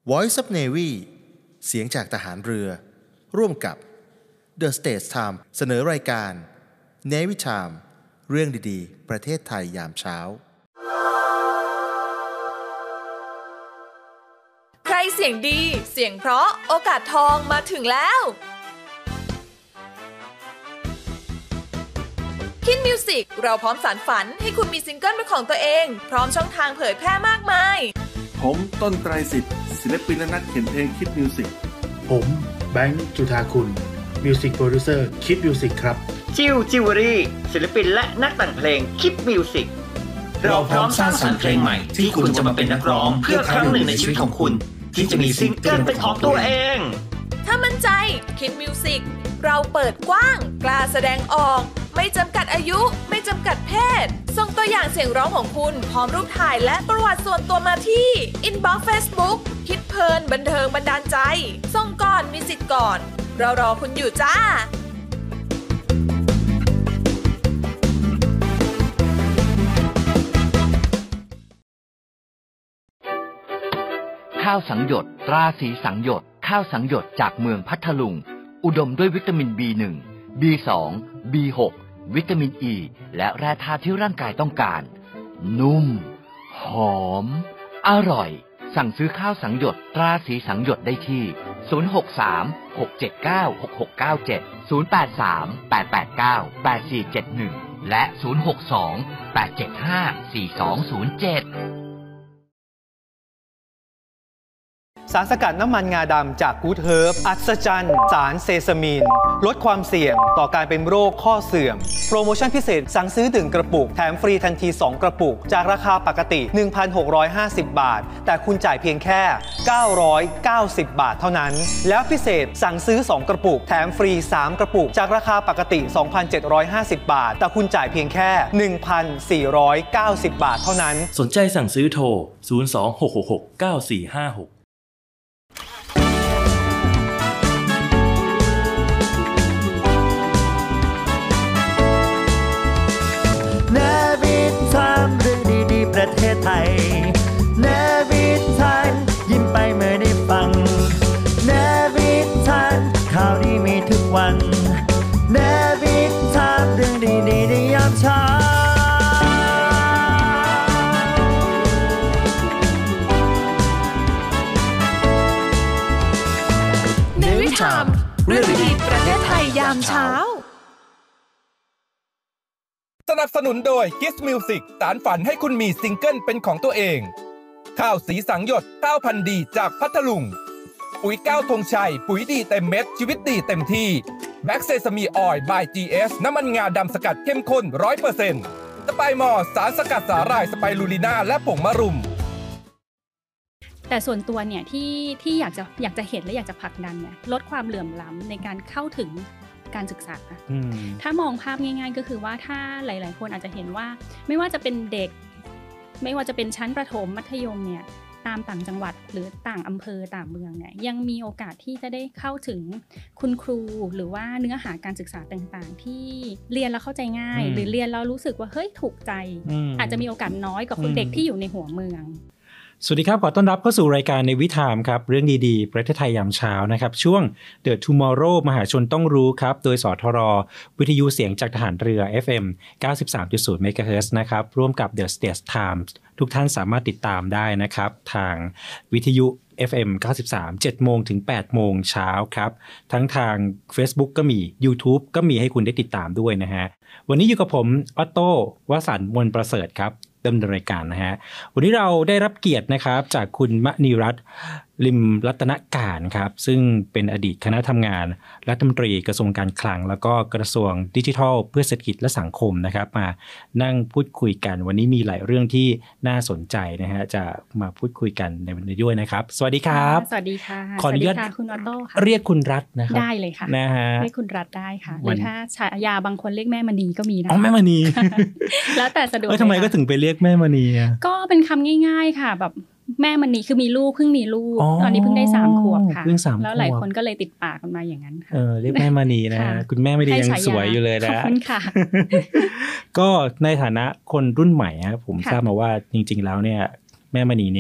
Voice of Navy เสียงจากทหารเรือร่วมกับ The States Time เสนอรายการ Navy Time เรื่องดีๆประเทศไทยยามเช้าใครเสียงดีเสียงเพราะโอกาสทองมาถึงแล้วคิดมิวสิกเราพร้อมสานฝันให้คุณมีซิงเกิลเป็นของตัวเองพร้อมช่องทางเผยแพร่มากมายผมต้นไตรสิทธิ์ศิลปินและนักเขียนเพลงคิดมิวสิกผมแบงค์จุฑาคุณมิวสิกโปรดิวเซอร์คิดมิวสิกครับจิวรี่ศิลปินและนักแต่งเพลงคิดมิวสิกเราพร้อมสร้างสรรค์เพลงใหม่ที่คุณจะมาเป็นนักร้องเพื่อครั้งหนึ่งในชีวิตของคุณที่จะมีซิงเกิลเป็นของตัวเองถ้ามั่นใจคิดมิวสิกเราเปิดกว้างกล้าแสดงออกไม่จำกัดอายุไม่จำกัดเพศส่งตัวอย่างเสียงร้องของคุณพร้อมรูปถ่ายและประวัติส่วนตัวมาที่ Inbox Facebook คิดเพลินบันเทิงบันดาลใจส่งก่อนมีสิทธิ์ก่อนเรารอคุณอยู่จ้าข้าวสังหยดตราสีสังหยดข้าวสังหยดจากเมืองพัทลุงอุดมด้วยวิตามิน B1 B2 B6 วิตามิน E และแร่ธาตุที่ร่างกายต้องการนุ่มหอมอร่อยสั่งซื้อข้าวสังหยดตราสีสังหยดได้ที่063 679 6697 083 889 8471และ062 875 4207 สารสกัดน้ำมันงาดำจากกู๊ดเฮิร์บอัศจรรย์สารเซซามีนลดความเสี่ยงต่อการเป็นโรคข้อเสื่อมโปรโมชั่นพิเศษสั่งซื้อ1กระปุกแถมฟรีทันที2กระปุกจากราคาปกติ 1,650 บาทแต่คุณจ่ายเพียงแค่990 บาทเท่านั้นแล้วพิเศษสั่งซื้อ2กระปุกแถมฟรี3กระปุกจากราคาปกติ 2,750 บาทแต่คุณจ่ายเพียงแค่ 1,490 บาทเท่านั้นสนใจสั่งซื้อโทร026669456 ประเทศไทยเนวิทานยิ้มไปเมื่อได้ฟังเนวิทานข่าวดีมีทุกวันเนวิทานเรื่องดีๆในยามเช้าเนวิทานเรื่องดีๆประเทศไทยยามเช้าสนับสนุนโดย Kiss Music สารฝันให้คุณมีซิงเกิลเป็นของตัวเองข้าวสีสังหยดข้าวพันธุ์ดีจากพัทลุงปุ๋ยก้าวธงชัยปุ๋ยดีเต็มเม็ดชีวิตดีเต็มที่แบ็กเซซามีออยล์ by GS น้ำมันงาดำสกัดเข้มข้น 100% สไปมอร์สารสกัดสาหร่ายสไปรูลิน่าและผงมะรุมแต่ส่วนตัวเนี่ยที่อยากจะเห็นและอยากจะผลักดันเนี่ยลดความเหลื่อมล้ำในการเข้าถึงการศึกษาถ้ามองภาพง่ายๆก็คือว่าถ้าหลายๆคนอาจจะเห็นว่าไม่ว่าจะเป็นเด็กไม่ว่าจะเป็นชั้นประถมมัธยมเนี่ยตามต่างจังหวัดหรือต่างอำเภอต่างเมืองเนี่ยยังมีโอกาสที่จะได้เข้าถึงคุณครูหรือว่าเนื้อหาการศึกษาต่างๆที่เรียนแล้วเข้าใจง่ายหรือเรียนแล้วรู้สึกว่าเฮ้ยถูกใจอาจจะมีโอกาสน้อยกว่าคนเด็กที่อยู่ในหัวเมืองสวัสดีครับขอต้อนรับเข้าสู่รายการในวิถามครับเรื่องดีๆประเทศไทยยามเช้านะครับช่วง The Tomorrow มหาชนต้องรู้ครับโดยสทรวิทยุเสียงจากทหารเรือ FM 93.0 MHz นะครับร่วมกับ The States Times ทุกท่านสามารถติดตามได้นะครับทางวิทยุ FM 93 7 โมงถึง 8 โมงเช้าครับทั้งทาง Facebook ก็มี YouTube ก็มีให้คุณได้ติดตามด้วยนะฮะวันนี้อยู่กับผมออโต้วสันต์มนต์ประเสริฐครับดำเนินรายการนะฮะวันนี้เราได้รับเกียรตินะครับจากคุณมณีรัตน์ลิมรัตนการครับซึ่งเป็นอดีตคณะทำงานรัฐมนตรีกระทรวงการคลังแล้วก็กระทรวงดิจิทัลเพื่อเศรษฐกิจและสังคมนะครับมานั่งพูดคุยกันวันนี้มีหลายเรื่องที่น่าสนใจนะฮะจะมาพูดคุยกันในวันนี้ด้วยนะครับสวัสดีครับสวัสดีค่ะขออนุญาตคุณออโต้ค่ะเรียกคุณรัตน์นะครับได้เลยค่ะนะฮะเรียกคุณรัตน์ได้ค่ะหรือถ้าฉายาบางคนเรียกแม่มณีก็มีนะแม่มณีแล้วแต่สะดวกทำไมก็ถึงไปเรียกแม่มณีก็เป็นคำง่ายๆค่ะแบบแม่มันนี้คือมีลูกเพิ่งมีลูกตอนนี้เพิ่งได้3 ขวบค่ะแล้วหลายคนก็เลยติดปากกันมาอย่างนั้นค่ะเรียกแม่มณีนะคุณแม่ไม่ได้ยังสวยอยู่เลยนะขอบคุณค่ะก็ในฐานะคนรุ่นใหม่ครับผมทราบมาว่าจริงๆแล้วเนี่ยแม่มณีนี้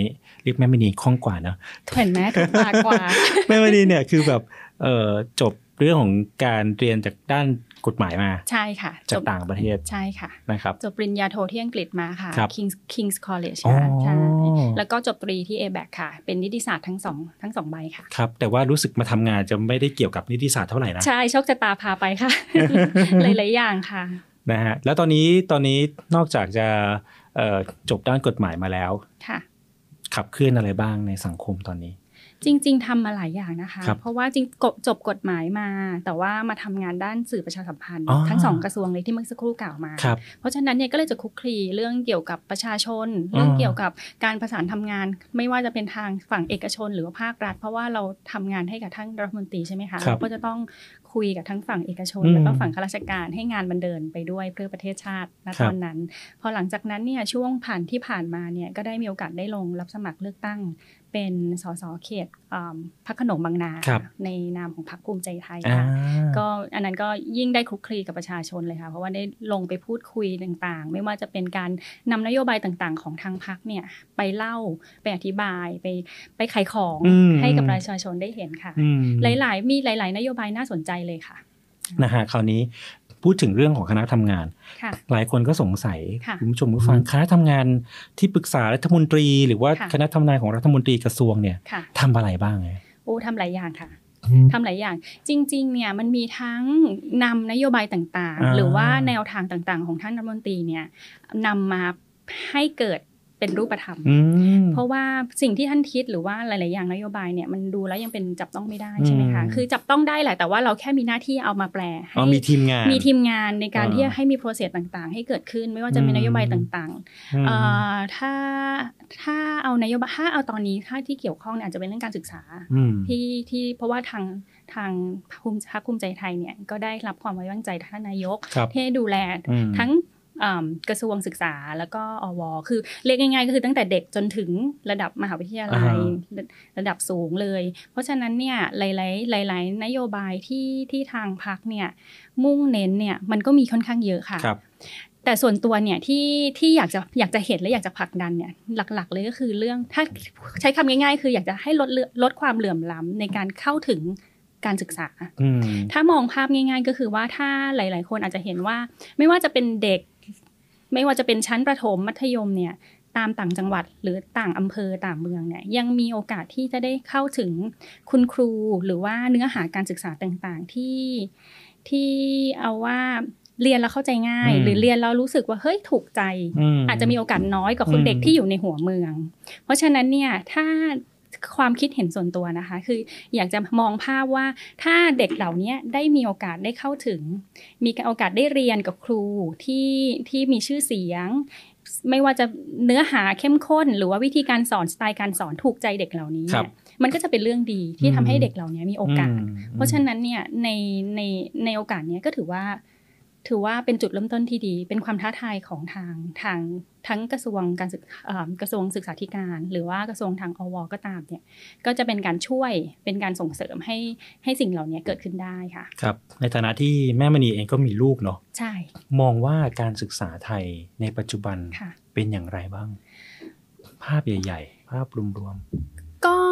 เรียกแม่มณีคล่องกว่าเนอะเห็นไหมถูกกว่าแม่มณีเนี่ยคือแบบจบเรื่องของการเรียนจากด้านกฎหมายมาใช่ค่ะจากต่างประเทศใช่ค่ะนะครับจบปริญญาโทที่อังกฤษมาค่ะ King's College ค่ะใช่แล้วก็จบตรีที่ ABAC ค่ะเป็นนิติศาสตร์ทั้งสองใบค่ะครับแต่ว่ารู้สึกมาทำงานจะไม่ได้เกี่ยวกับนิติศาสตร์เท่าไหร่นะใช่โชคชะตาพาไปค่ะ หลายๆอย่างค่ะนะฮะแล้วตอนนี้นอกจากจะจบด้านกฎหมายมาแล้วค่ะขับเคลื่อนอะไรบ้างในสังคมตอนนี้จริงๆทำมาหลายอย่างนะคะเพราะว่าจริงจบกฎหมายมาแต่ว่ามาทำงานด้านสื่อประชาสัมพันธ์ทั้ง2กระทรวงเลยที่เมื่อสักครู่กล่าวมาเพราะฉะนั้นเนี่ยก็เลยจะคุกคลีเรื่องเกี่ยวกับประชาชนเรื่องเกี่ยวกับการประสานทำงานไม่ว่าจะเป็นทางฝั่งเอกชนหรือว่าภาครัฐเพราะว่าเราทำงานให้กับท่านรัฐมนตรีใช่ไหมคะเราก็จะต้องคุยกับทั้งฝั่งเอกชนแล้วก็ฝั่งข้าราชการให้งานมันเดินไปด้วยเพื่อประเทศชาติณตอนนั้นพอหลังจากนั้นเนี่ยช่วงที่ผ่านมาเนี่ยก็ได้มีโอกาสได้ลงรับสมัครเลือกตั้งเป็นสสเขตพระโขนงบางนาในนามของพรรคภูมิใจไทยค่ะก็อันนั้นก็ยิ่งได้คลุกคลีกับประชาชนเลยค่ะเพราะว่าได้ลงไปพูดคุยต่างๆไม่ว่าจะเป็นการนำนโยบายต่างๆของทางพรรคเนี่ยไปเล่าไปอธิบายไปขายของให้กับประชาชนได้เห็นค่ะหลายๆนโยบายน่าสนใจเลยค่ะนะฮะคราวนี้พูดถึงเรื่องของคณะทำงานหลายคนก็สงสัยคุณผู้ชมผู้ฟังคณะทำงานที่ปรึกษารัฐมนตรีหรือว่าคณะทำงานของรัฐมนตรีกระทรวงเนี่ยทำอะไรบ้างไงทำหลายอย่างค่ะทำหลายอย่างจริงๆเนี่ยมันมีทั้งนำนโยบายต่างๆหรือว่าแนวทางต่างๆของท่านรัฐมนตรีเนี่ยนำมาให้เกิดเป็นรูปธรรมเพราะว่าสิ่งที่ท่านคิดหรือว่าหลายๆอย่างนโยบายเนี่ยมันดูแล้วยังเป็นจับต้องไม่ได้ใช่ไหมคะคือจับต้องได้แหละแต่ว่าเราแค่มีหน้าที่เอามาแปลให้มีทีมงานในการที่ให้มีโปรเซสต่างๆให้เกิดขึ้นไม่ว่าจะมีนโยบายต่างๆถ้าเอานโยบายถ้าเอาตอนนี้ที่เกี่ยวข้องเนี่ยอาจจะเป็นเรื่องการศึกษาที่เพราะว่าทางพรรคภูมิใจไทยเนี่ยก็ได้รับความไว้วางใจท่านนายกที่ดูแลทั้งกระทรวงศึกษาแล้วก็อว.คือเรียกง่ายๆก็คือตั้งแต่เด็กจนถึงระดับมหาวิทยาลัยระดับสูงเลยเพราะฉะนั้นเนี่ยหลายนโยบายที่ทางพรรคเนี่ยมุ่งเน้นเนี่ยมันก็มีค่อนข้างเยอะค่ะแต่ส่วนตัวเนี่ยที่อยากจะเห็นและอยากจะผลักดันเนี่ยหลักๆเลยก็คือเรื่องถ้าใช้คำง่ายๆคืออยากจะให้ลดความเหลื่อมล้ำในการเข้าถึงการศึกษาถ้ามองภาพง่ายๆก็คือว่าถ้าหลายๆคนอาจจะเห็นว่าไม่ว่าจะเป็นเด็กไม่ว่าจะเป็นชั้นประถมมัธยมเนี่ยตามต่างจังหวัดหรือต่างอำเภอต่างเมืองเนี่ยยังมีโอกาสที่จะได้เข้าถึงคุณครูหรือว่าเนื้อหาการศึกษาต่างๆที่เอาว่าเรียนแล้วเข้าใจง่ายหรือเรียนแล้วรู้สึกว่าเฮ้ยถูกใจอาจจะมีโอกาสน้อยกว่าคนเด็กที่อยู่ในหัวเมืองเพราะฉะนั้นเนี่ยถ้าความคิดเห็นส่วนตัวนะคะคืออยากจะมองภาพว่าถ้าเด็กเหล่านี้ได้มีโอกาสได้เข้าถึงมีโอกาสได้เรียนกับครูที่มีชื่อเสียงไม่ว่าจะเนื้อหาเข้มข้นหรือว่าวิธีการสอนสไตล์การสอนถูกใจเด็กเหล่านี้เนี่ยมันก็จะเป็นเรื่องดีที่ทำให้เด็กเหล่านี้มีโอกาสเพราะฉะนั้นเนี่ยในโอกาสนี้ก็ถือว่าเป็นจุดเริ่มต้นที่ดีเป็นความท้าทายของทางทั้งกระทรวงกระทรวงศึกษาธิการหรือว่ากระทรวงทางอว.ก็ตามเนี่ยก็จะเป็นการช่วยเป็นการส่งเสริมให้สิ่งเหล่านี้เกิดขึ้นได้ค่ะครับในฐานะที่แม่มณีเองก็มีลูกเนาะใช่มองว่าการศึกษาไทยในปัจจุบันเป็นอย่างไรบ้างภาพใหญ่ๆภาพรวมๆก็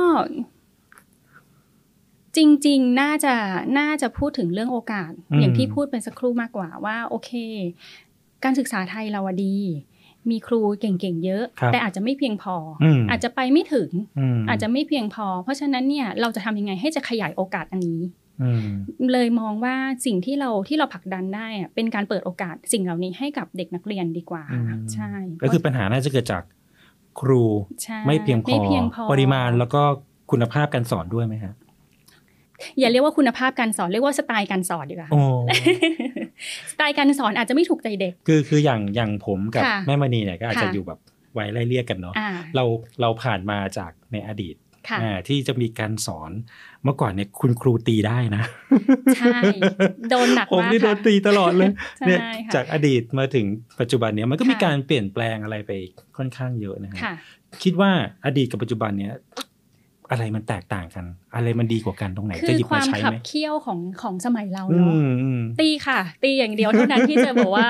จริงๆน่าจะพูดถึงเรื่องโอกาสอย่างที่พูดไปสักครู่มากกว่าว่าโอเคการศึกษาไทยเราดีมีครูเก่งๆเยอะแต่อาจจะไม่เพียงพออาจจะไปไม่ถึงอาจจะไม่เพียงพอเพราะฉะนั้นเนี่ยเราจะทำยังไงให้จะขยายโอกาสอันนี้เลยมองว่าสิ่งที่เราผลักดันได้เป็นการเปิดโอกาสสิ่งเหล่านี้ให้กับเด็กนักเรียนดีกว่าใช่ก็คือปัญหาน่าจะเกิดจากครูไม่เพียงพอปริมาณแล้วก็คุณภาพการสอนด้วยไหมครับอย่าเรียกว่าคุณภาพการสอนเรียกว่าสไตล์การสอนดีกว่าสไตล์การสอนอาจจะไม่ถูกใจเด็กคืออย่างผมกับแม่มณีเนี่ยก็อาจจะอยู่แบบไว้ไล่เรียกกันเนาะเราผ่านมาจากในอดีตที่จะมีการสอนเมื่อก่อนเนี่ยคุณครูตีได้นะใช่โดนหนักมากผมนี่โดนตีตลอดเลยเนี่ยจากอดีตมาถึงปัจจุบันเนี่ยมันก็มีการเปลี่ยนแปลงอะไรไปค่อนข้างเยอะนะฮะคิดว่าอดีตกับปัจจุบันเนี่ยอะไรมันแตกต่างกันอะไรมันดีกว่ากันตรงไหนจะหยิบมาใช้ไหมคือความขับเคี่ยวของสมัยเราเนาะตีค่ะตีอย่างเดียวเท่านั้นที่จะบอกว่า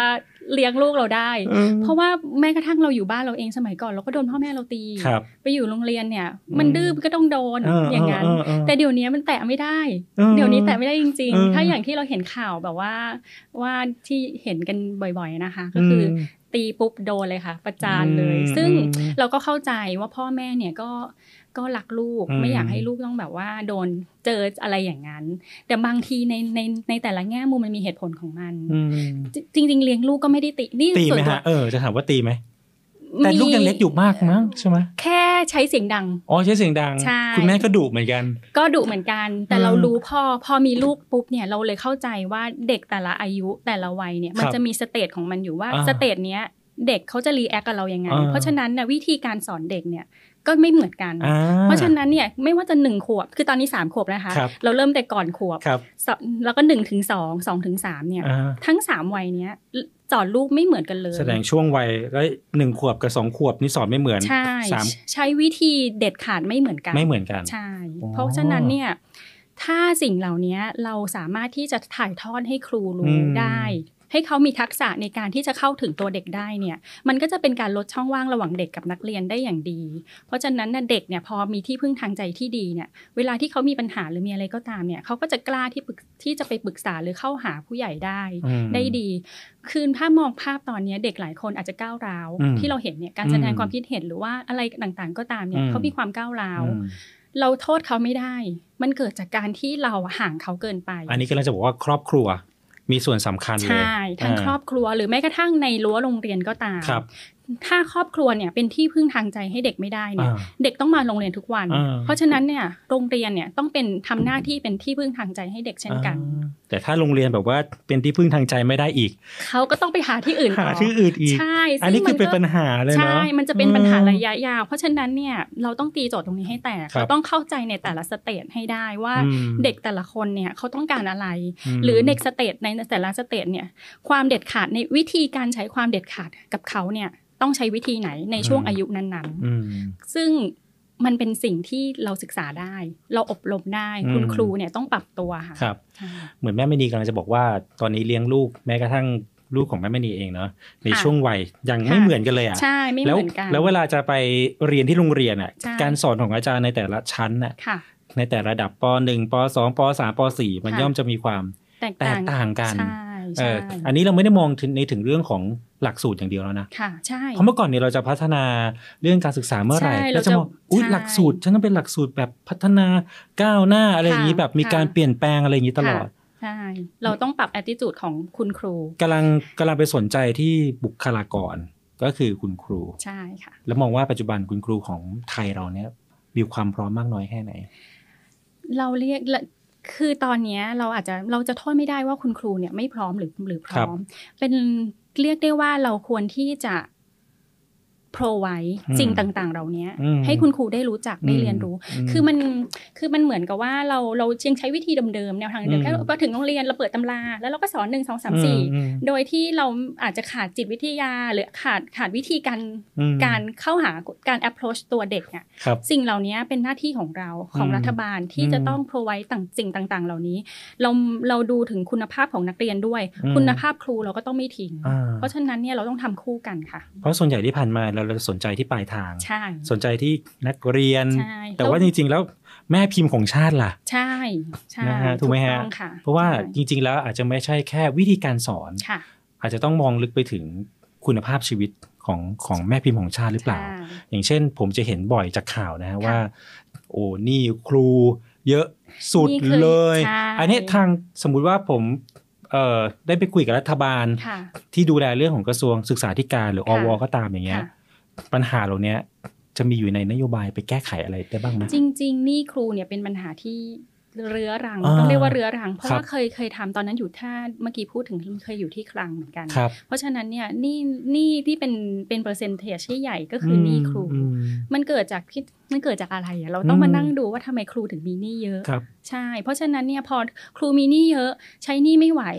เลี้ยงลูกเราได้เพราะว่าแม้กระทั่งเราอยู่บ้านเราเองสมัยก่อนเราก็โดนพ่อแม่เราตีไปอยู่โรงเรียนเนี่ยมันดื้อก็ต้องโดนอย่างนั้นแต่เดี๋ยวนี้มันแตะไม่ได้เดี๋ยวนี้แตะไม่ได้จริงๆถ้าอย่างที่เราเห็นข่าวแบบว่าที่เห็นกันบ่อยๆนะคะก็คือตีปุ๊บโดนเลยค่ะประจานเลยซึ่งเราก็เข้าใจว่าพ่อแม่เนี่ยก็รักลูกไม่อยากให้ลูกต้องแบบว่าโดนเจออะไรอย่างนั้นแต่บางทีในแต่ละแง่มุมมันมีเหตุผลของมันจริงๆเลี้ยงลูกก็ไม่ได้ตีนี่ตีไหมฮะจะถามว่าตีไหมแต่ลูกยังเล็กอยู่มากมั้งใช่ไหมแค่ใช้เสียงดังใช้เสียงดังคุณแม่ก็ดุเหมือนกันก็ดุเหมือนกันแต่เรารู้พอมีลูกปุ๊บเนี่ยเราเลยเข้าใจว่าเด็กแต่ละอายุแต่ละวัยเนี่ยมันจะมีสเตจของมันอยู่ว่าสเตจเนี้ยเด็กเขาจะรีแอคกับเรายังไงเพราะฉะนั้นเนี่ยวิธีการสอนเด็กเนี่ยก็ไม่เหมือนกันเพราะฉะนั้นเนี่ยไม่ว่าจะ1ขวบคือตอนนี้3ขวบนะคะเราเริ่มแต่ก่อนขวบแล้วก็1ถึง2 2ถึง3เนี่ยทั้ง3วัยเนี้ยสอนลูกไม่เหมือนกันเลยแสดงช่วงวัยแล้ว1ขวบกับ2ขวบนี่สอนไม่เหมือนใช้วิธีเด็ดขาดไม่เหมือนกันใช่เพราะฉะนั้นเนี่ยถ้าสิ่งเหล่านี้เราสามารถที่จะถ่ายทอดให้ครูรู้ได้ให้เขามีทักษะในการที่จะเข้าถึงตัวเด็กได้เนี่ยมันก็จะเป็นการลดช่องว่างระหว่างเด็กกับนักเรียนได้อย่างดีเพราะฉะนั้นเด็กเนี่ยพอมีที่พึ่งทางใจที่ดีเนี่ยเวลาที่เขามีปัญหาหรือมีอะไรก็ตามเนี่ยเขาก็จะกล้าที่จะไปปรึกษาหรือเข้าหาผู้ใหญ่ได้ดีคือถ้ามองภาพตอนนี้เด็กหลายคนอาจจะก้าวร้าวที่เราเห็นเนี่ยการแสดงความคิดเห็นหรือว่าอะไรต่างๆก็ตามเนี่ยเขามีความก้าวร้าวเราโทษเขาไม่ได้มันเกิดจากการที่เราห่างเขาเกินไปอันนี้ก็เราจะบอกว่าครอบครัวมีส่วนสำคัญเลยใช่ทั้งครอบครัวหรือแม้กระทั่งในรั้วโรงเรียนก็ตามถ้าครอบครัวเนี่ยเป็นที่พึ่งทางใจให้เด็กไม่ได้เนี่ยเด็กต้องมาโรงเรียนทุกวันเพราะฉะนั้นเนี่ยโรงเรียนเนี่ยต้องเป็นทำหน้าที่เป็นที่พึ่งทางใจให้เด็กเช่นกันแต่ถ้าโรงเรียนแบบว่าเป็นที่พึ่งทางใจไม่ได้อีกเขาก็ต้องไปหาที่อื่นหาที่อื่นอีกใช่อันนี้คือเป็นปัญหาเลยเนาะใช่มันจะเป็นปัญหาระยะยาวเพราะฉะนั้นเนี่ยเราต้องตีโจทย์ตรงนี้ให้แตกเราต้องเข้าใจในแต่ละสเตจให้ได้ว่าเด็กแต่ละคนเนี่ยเขาต้องการอะไรหรือในสเตจในแต่ละสเตจเนี่ยความเด็ดขาดในวิธีการใช้ความเด็ดขาดกับเขาเนี่ยต้องใช้วิธีไหนในช่วงอายุนั้นๆซึ่งมันเป็นสิ่งที่เราศึกษาได้เราอบรมได้คุณครูเนี่ยต้องปรับตัวค่ะครับเหมือนแม่มณีกำลังจะบอกว่าตอนนี้เลี้ยงลูกแม้กระทั่งลูกของแม่มณีเองเนาะในช่วงวัยยังไม่เหมือนกันเลยอ่ะใช่ไม่เหมือนกันแล้วเวลาจะไปเรียนที่โรงเรียนอ่ะการสอนของอาจารย์ในแต่ละชั้นอ่ะในแต่ระดับป.1 ป.2 ป.3 ป.4 มันย่อมจะมีความแตกต่างกันอันนี้เราไม่ได้มองถึงเรื่องของหลักสูตรอย่างเดียวแล้วนะค่ะใช่เพราะเมื่อก่อนเนี่ยเราจะพัฒนาเรื่องการศึกษาเมื่อไหร่เราจะมองหลักสูตรฉันต้องเป็นหลักสูตรแบบพัฒนาก้าวหน้าอะไรอย่างนี้แบบมีการเปลี่ยนแปลงอะไรอย่างนี้ตลอดใช่เราต้องปรับ attitude ของคุณครูกำลังไปสนใจที่บุคลากรก็คือคุณครูใช่ค่ะแล้วมองว่าปัจจุบันคุณครูของไทยเราเนี่ยมีความพร้อมมากน้อยแค่ไหนเราเรียกคือตอนนี้เราจะโทษไม่ได้ว่าคุณครูเนี่ยไม่พร้อมหรือพร้อมเป็นเรียกได้ว่าเราควรที่จะโปรไว้สิ่งต่างๆเหล่านี้ให้คุณครูได้รู้จักได้เรียนรู้คือมันเหมือนกับว่าเรายังใช้วิธีเดิมๆแนวทางเดิมแค่พอถึงโรงเรียนเราเปิดตำราแล้วเราก็สอน1 2 3 4โดยที่เราอาจจะขาดจิตวิทยาหรือขาดวิธีการเข้าหาการ approach ตัวเด็กเนี่ยสิ่งเหล่านี้เป็นหน้าที่ของเราของรัฐบาลที่จะต้องโปรไว้สิ่งต่างๆเหล่านี้เราดูถึงคุณภาพของนักเรียนด้วยคุณภาพครูเราก็ต้องไม่ทิ้งเพราะฉะนั้นเนี่ยเราต้องทำคู่กันค่ะเพราะส่วนใหญ่ที่ผ่านมาเราสนใจที่ปลายทางสนใจที่นักเรียนแต่ว่าจริงๆแล้วแม่พิมพ์ของชาติล่ะใช่นะฮะถูกไหมฮะเพราะว่าจริงๆแล้วอาจจะไม่ใช่แค่วิธีการสอนอาจจะต้องมองลึกไปถึงคุณภาพชีวิตของแม่พิมพ์ของชาติหรือเปล่าอย่างเช่นผมจะเห็นบ่อยจากข่าวนะฮะว่าโอ้นี่ครูเยอะสุดเลยอันนี้ทางสมมุติว่าผมได้ไปคุยกับรัฐบาลที่ดูแลเรื่องของกระทรวงศึกษาธิการหรืออว.ก็ตามอย่างเงี้ยปัญหาเหล่านี้จะมีอยู่ในนโยบายไปแก้ไขอะไรได้บ้างไหมจริงๆนี่ครูเนี่ยเป็นปัญหาที่เรื้อรังต้องเรียกว่าเรื้อรังเพราะว่าเคยทำตอนนั้นอยู่ถ้าเมื่อกี้พูดถึงเคยอยู่ที่คลังเหมือนกันเพราะฉะนั้นเนี่ยนี่ที่เป็นเปอร์เซ็นต์ที่ใหญ่ก็คือหนี้ครูมันเกิดจากอะไรอ่ะเราต้องมานั่งดูว่าทำไมครูถึงมีหนี้เยอะใช่เพราะฉะนั้นเนี่ยพอครูมีหนี้เยอะใช้หนี้ไม่ไหว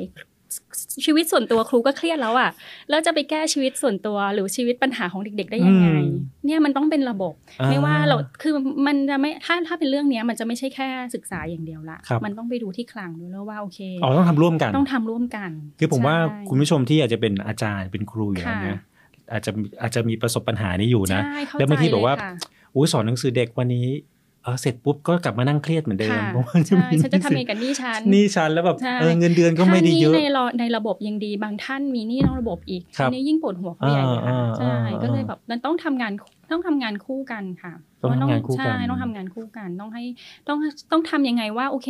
ชีวิตส่วนตัวครูก็เครียดแล้วอ่ะแล้วจะไปแก้ชีวิตส่วนตัวหรือชีวิตปัญหาของเด็กๆได้ยังไงเนี่ยมันต้องเป็นระบบไม่ว่าเราคือมันจะไม่ถ้าเป็นเรื่องนี้มันจะไม่ใช่แค่ศึกษาอย่างเดียวละมันต้องไปดูที่คลังด้วยแล้วว่าโอเคต้องทำร่วมกันคือผมว่าคุณผู้ชมที่อาจจะเป็นอาจารย์เป็นครูอย่างนี้อาจจะมีประสบปัญหานี้อยู่นะแล้วบางทีบอกว่าสอนหนังสือเด็กวันนี้เสร็จปุ๊บก็กลับมานั่งเครียดเหมือนเดิมเพราะว่าฉันจะทำยังไงกับหนี้ฉันแล้วแบบเงินเดือนก็ไม่ได้เยอะในระบบยังดีบางท่านมีหนี้นอกระบบอีกอันนี้ยิ่งปวดหัวเขาใหญ่ใช่ก็เลยแบบมันต้องทำงานคู่กันค่ะต้องทำงานคู่กันต้องทำงานคู่กันต้องทำยังไงว่าโอเค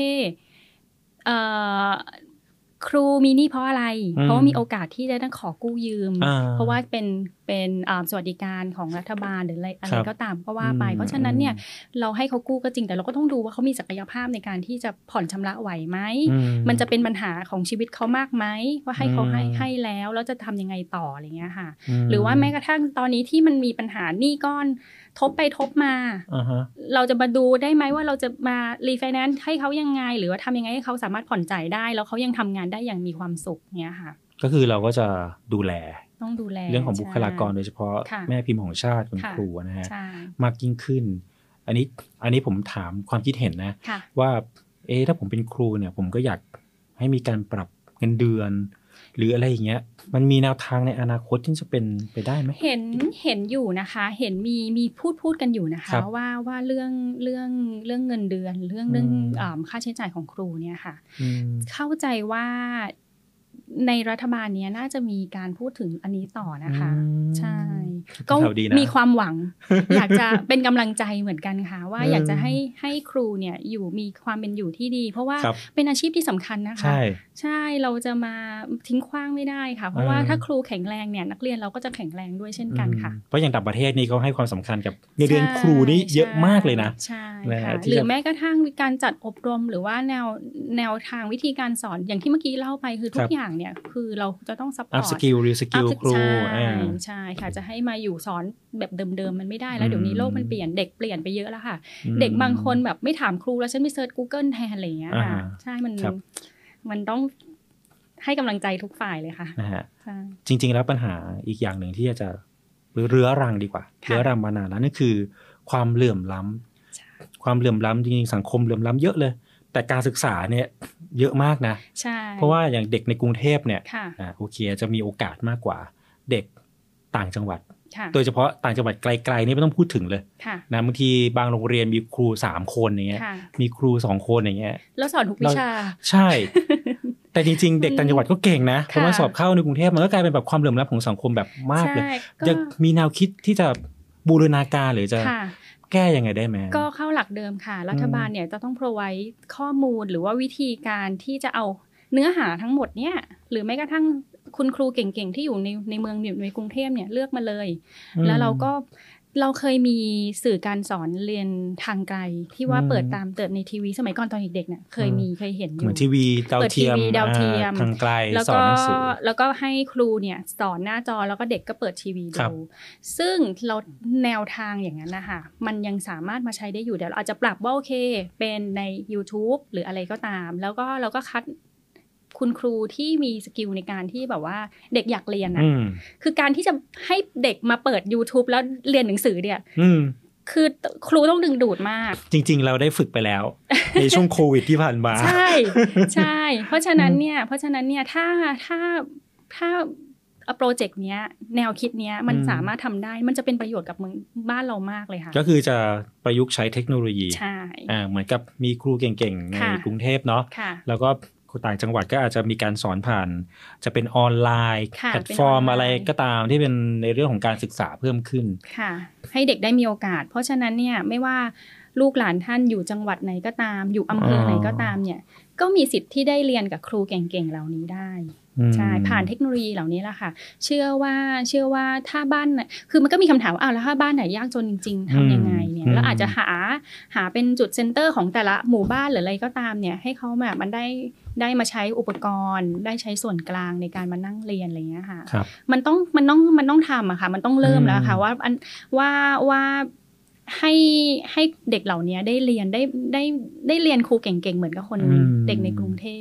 ครูมีหนี้เพราะอะไรเพราะว่ามีโอกาสที่จะต้องขอกู้ยืมเพราะว่าเป็นสวัสดิการของรัฐบาลหรืออะไรก็ตามก็ว่าไปเพราะฉะนั้นเนี่ยเราให้เขากู้ก็จริงแต่เราก็ต้องดูว่าเขามีศักยภาพในการที่จะผ่อนชำระไหวไหมมันจะเป็นปัญหาของชีวิตเขามากไหมว่าให้เขาให้แล้วจะทำยังไงต่ออะไรเงี้ยค่ะหรือว่าแม้กระทั่งตอนนี้ที่มันมีปัญหาหนี้ก้อนทบไปทบมาเราจะมาดูได้ไหมว่าเราจะมารีไฟแนนซ์ให้เขายังไงหรือว่าทำยังไงให้เขาสามารถผ่อนจ่ายได้แล้วเขายังทำงานได้อย่างมีความสุขเนี้ยค่ะก็คือเราก็จะต้องดูแลเรื่องของบุคลากรโดยเฉพาะแม่พิมพ์ของชาติคุณครูนะฮะมากยิ่งขึ้นอันนี้ผมถามความคิดเห็นนะว่าถ้าผมเป็นครูเนี่ยผมก็อยากให้มีการปรับเงินเดือนหรืออะไรอย่างเงี้ยมันมีแนวทางในอนาคตที่จะเป็นไปได้ไหมเห็นอยู่นะคะเห็นมีพูดกันอยู่นะคะว่าเรื่องเงินเดือนเรื่องค่าใช้จ่ายของครูเนี่ยค่ะเข้าใจว่าในรัฐบาลนี้น่าจะมีการพูดถึงอันนี้ต่อนะคะใช่ก็มีความหวัง อยากจะเป็นกำลังใจเหมือนกันค่ะว่าอยากจะให้ครูเนี่ยมีความเป็นอยู่ที่ดีเพราะว่าเป็นอาชีพที่สำคัญนะคะใช่เราจะมาทิ้งขว้างไม่ได้ค่ะเพราะว่าถ้าครูแข็งแรงเนี่ยนักเรียนเราก็จะแข็งแรงด้วยเช่นกันค่ะเพราะอย่างต่างประเทศนี่เขาให้ความสำคัญกับเงินเดือนครูนี่เยอะมากเลยนะใช่ค่ะหรือแม้กระทั่งการจัดอบรมหรือว่าแนวทางวิธีการสอนอย่างที่เมื่อกี้เล่าไปคือทุกอย่างเนี่ยคือเราจะต้องซัพพอร์ตอัพสกิลรีสกิลครูใช่ค่ะจะให้มาอยู่สอนแบบเดิมๆมันไม่ได้แล้วเดี๋ยวนี้โลกมันเปลี่ยนเด็กเปลี่ยนไปเยอะแล้วค่ะเด็กบางคนแบบไม่ถามครูแล้วฉันไปเซิร์ช Google แทนอะไรอย่างเงี้ยค่ะใช่มันต้องให้กำลังใจทุกฝ่ายเลยค่ะจริงๆแล้วปัญหาอีกอย่างหนึ่งที่จะเรื้อรังดีกว่าเรื้อรังมานานแล้วนั่นคือความเหลื่อมล้ำจริงๆสังคมเหลื่อมล้ำเยอะเลยแต่การศึกษาเนี่ยเยอะมากนะเพราะว่าอย่างเด็กในกรุงเทพเนี่ยโอเคจะมีโอกาสมากกว่าเด็กต่างจังหวัดโดยเฉพาะต่างจังหวัดไกลๆนี่ไม่ต้องพูดถึงเลยนะบางทีบางโรงเรียนมีครู3คนอย่างเงี้ยมีครู2คนอย่างเงี้ยแล้วสอนทุกวิชาใช่แต่จริงๆเด็กต่างจังหวัดก็เก่งนะเพราะว่าสอบเข้าในกรุงเทพมันก็กลายเป็นแบบความเหลื่อมล้ำของสังคมแบบมากเลยจะมีแนวคิดที่จะบูรณาการหรือจะแก้ยังไงได้ไหมก็เข้าหลักเดิมค่ะรัฐบาลเนี่ยจะต้อง provide ข้อมูลหรือว่าวิธีการที่จะเอาเนื้อหาทั้งหมดเนี่ยหรือแม้กระทั่งคุณครูเก่งๆที่อยู่ในเมืองในกรุงเทพเนี่ยเลือกมาเลยแล้วเราเคยมีสื่อการสอนเรียนทางไกลที่ว่าเปิดในทีวีสมัยก่อนตอนเด็กๆเนี่ยเคยเห็นอยู่เหมือนทีวีดาวเทียมทางไกลสอนหนังสือแล้วก็ให้ครูเนี่ยสอนหน้าจอแล้วก็เด็กก็เปิดทีวีดูซึ่งเราแนวทางอย่างนั้นนะคะมันยังสามารถมาใช้ได้อยู่เดี๋ยวเราอาจจะปรับว่าโอเคเป็นใน YouTube หรืออะไรก็ตามแล้วก็เราก็คัดคุณครูที่มีสกิลในการที่แบบว่าเด็กอยากเรียนนะคือการที่จะให้เด็กมาเปิด YouTube แล้วเรียนหนังสือเนี่ยคือครูต้องดึงดูดมากจริงๆเราได้ฝึกไปแล้ว ในช่วงโควิดที่ผ่านมาใช่เพราะฉะนั้นเนี่ยถ้าโปรเจกต์เนี้ยแนวคิดเนี้ยมันสามารถทำได้มันจะเป็นประโยชน์กับเมืองบ้านเรามากเลยค่ะก็คือจะประยุกต์ใช้เทคโนโลยีเหมือนกับมีครูเก่งๆในกรุงเทพเนาะแล้วก็ต่างจังหวัดก็อาจจะมีการสอนผ่านจะเป็นออนไลน์แพลตฟอร์มอะไรก็ตามที่เป็นในเรื่องของการศึกษาเพิ่มขึ้นค่ะให้เด็กได้มีโอกาสเพราะฉะนั้นเนี่ยไม่ว่าลูกหลานท่านอยู่จังหวัดไหนก็ตามอยู่อำเภอไหนก็ตามเนี่ยก็มีสิทธิ์ที่ได้เรียนกับครูเก่งๆเหล่านี้ได้ใช่ผ่านเทคโนโลยีเหล่านี้แหละค่ะเชื่อว่าถ้าบ้านคือมันก็มีคำถามว่าแล้วถ้าบ้านไหนยากจนจริงๆทำยังไงเนี่ยแล้วอาจจะหาเป็นจุดเซ็นเตอร์ของแต่ละหมู่บ้านหรืออะไรก็ตามเนี่ยให้เขาแบบมันได้มาใช้อุปกรณ์ได้ใช้ส่วนกลางในการมานั่งเรียนอะไรเงี้ยค่ะมันต้องทำอะค่ะมันต้องเริ่มแล้วค่ะว่าให้เด็กเหล่านี้ได้เรียนได้เรียนครูเก่งๆเหมือนกับคนเด็กในกรุงเทพ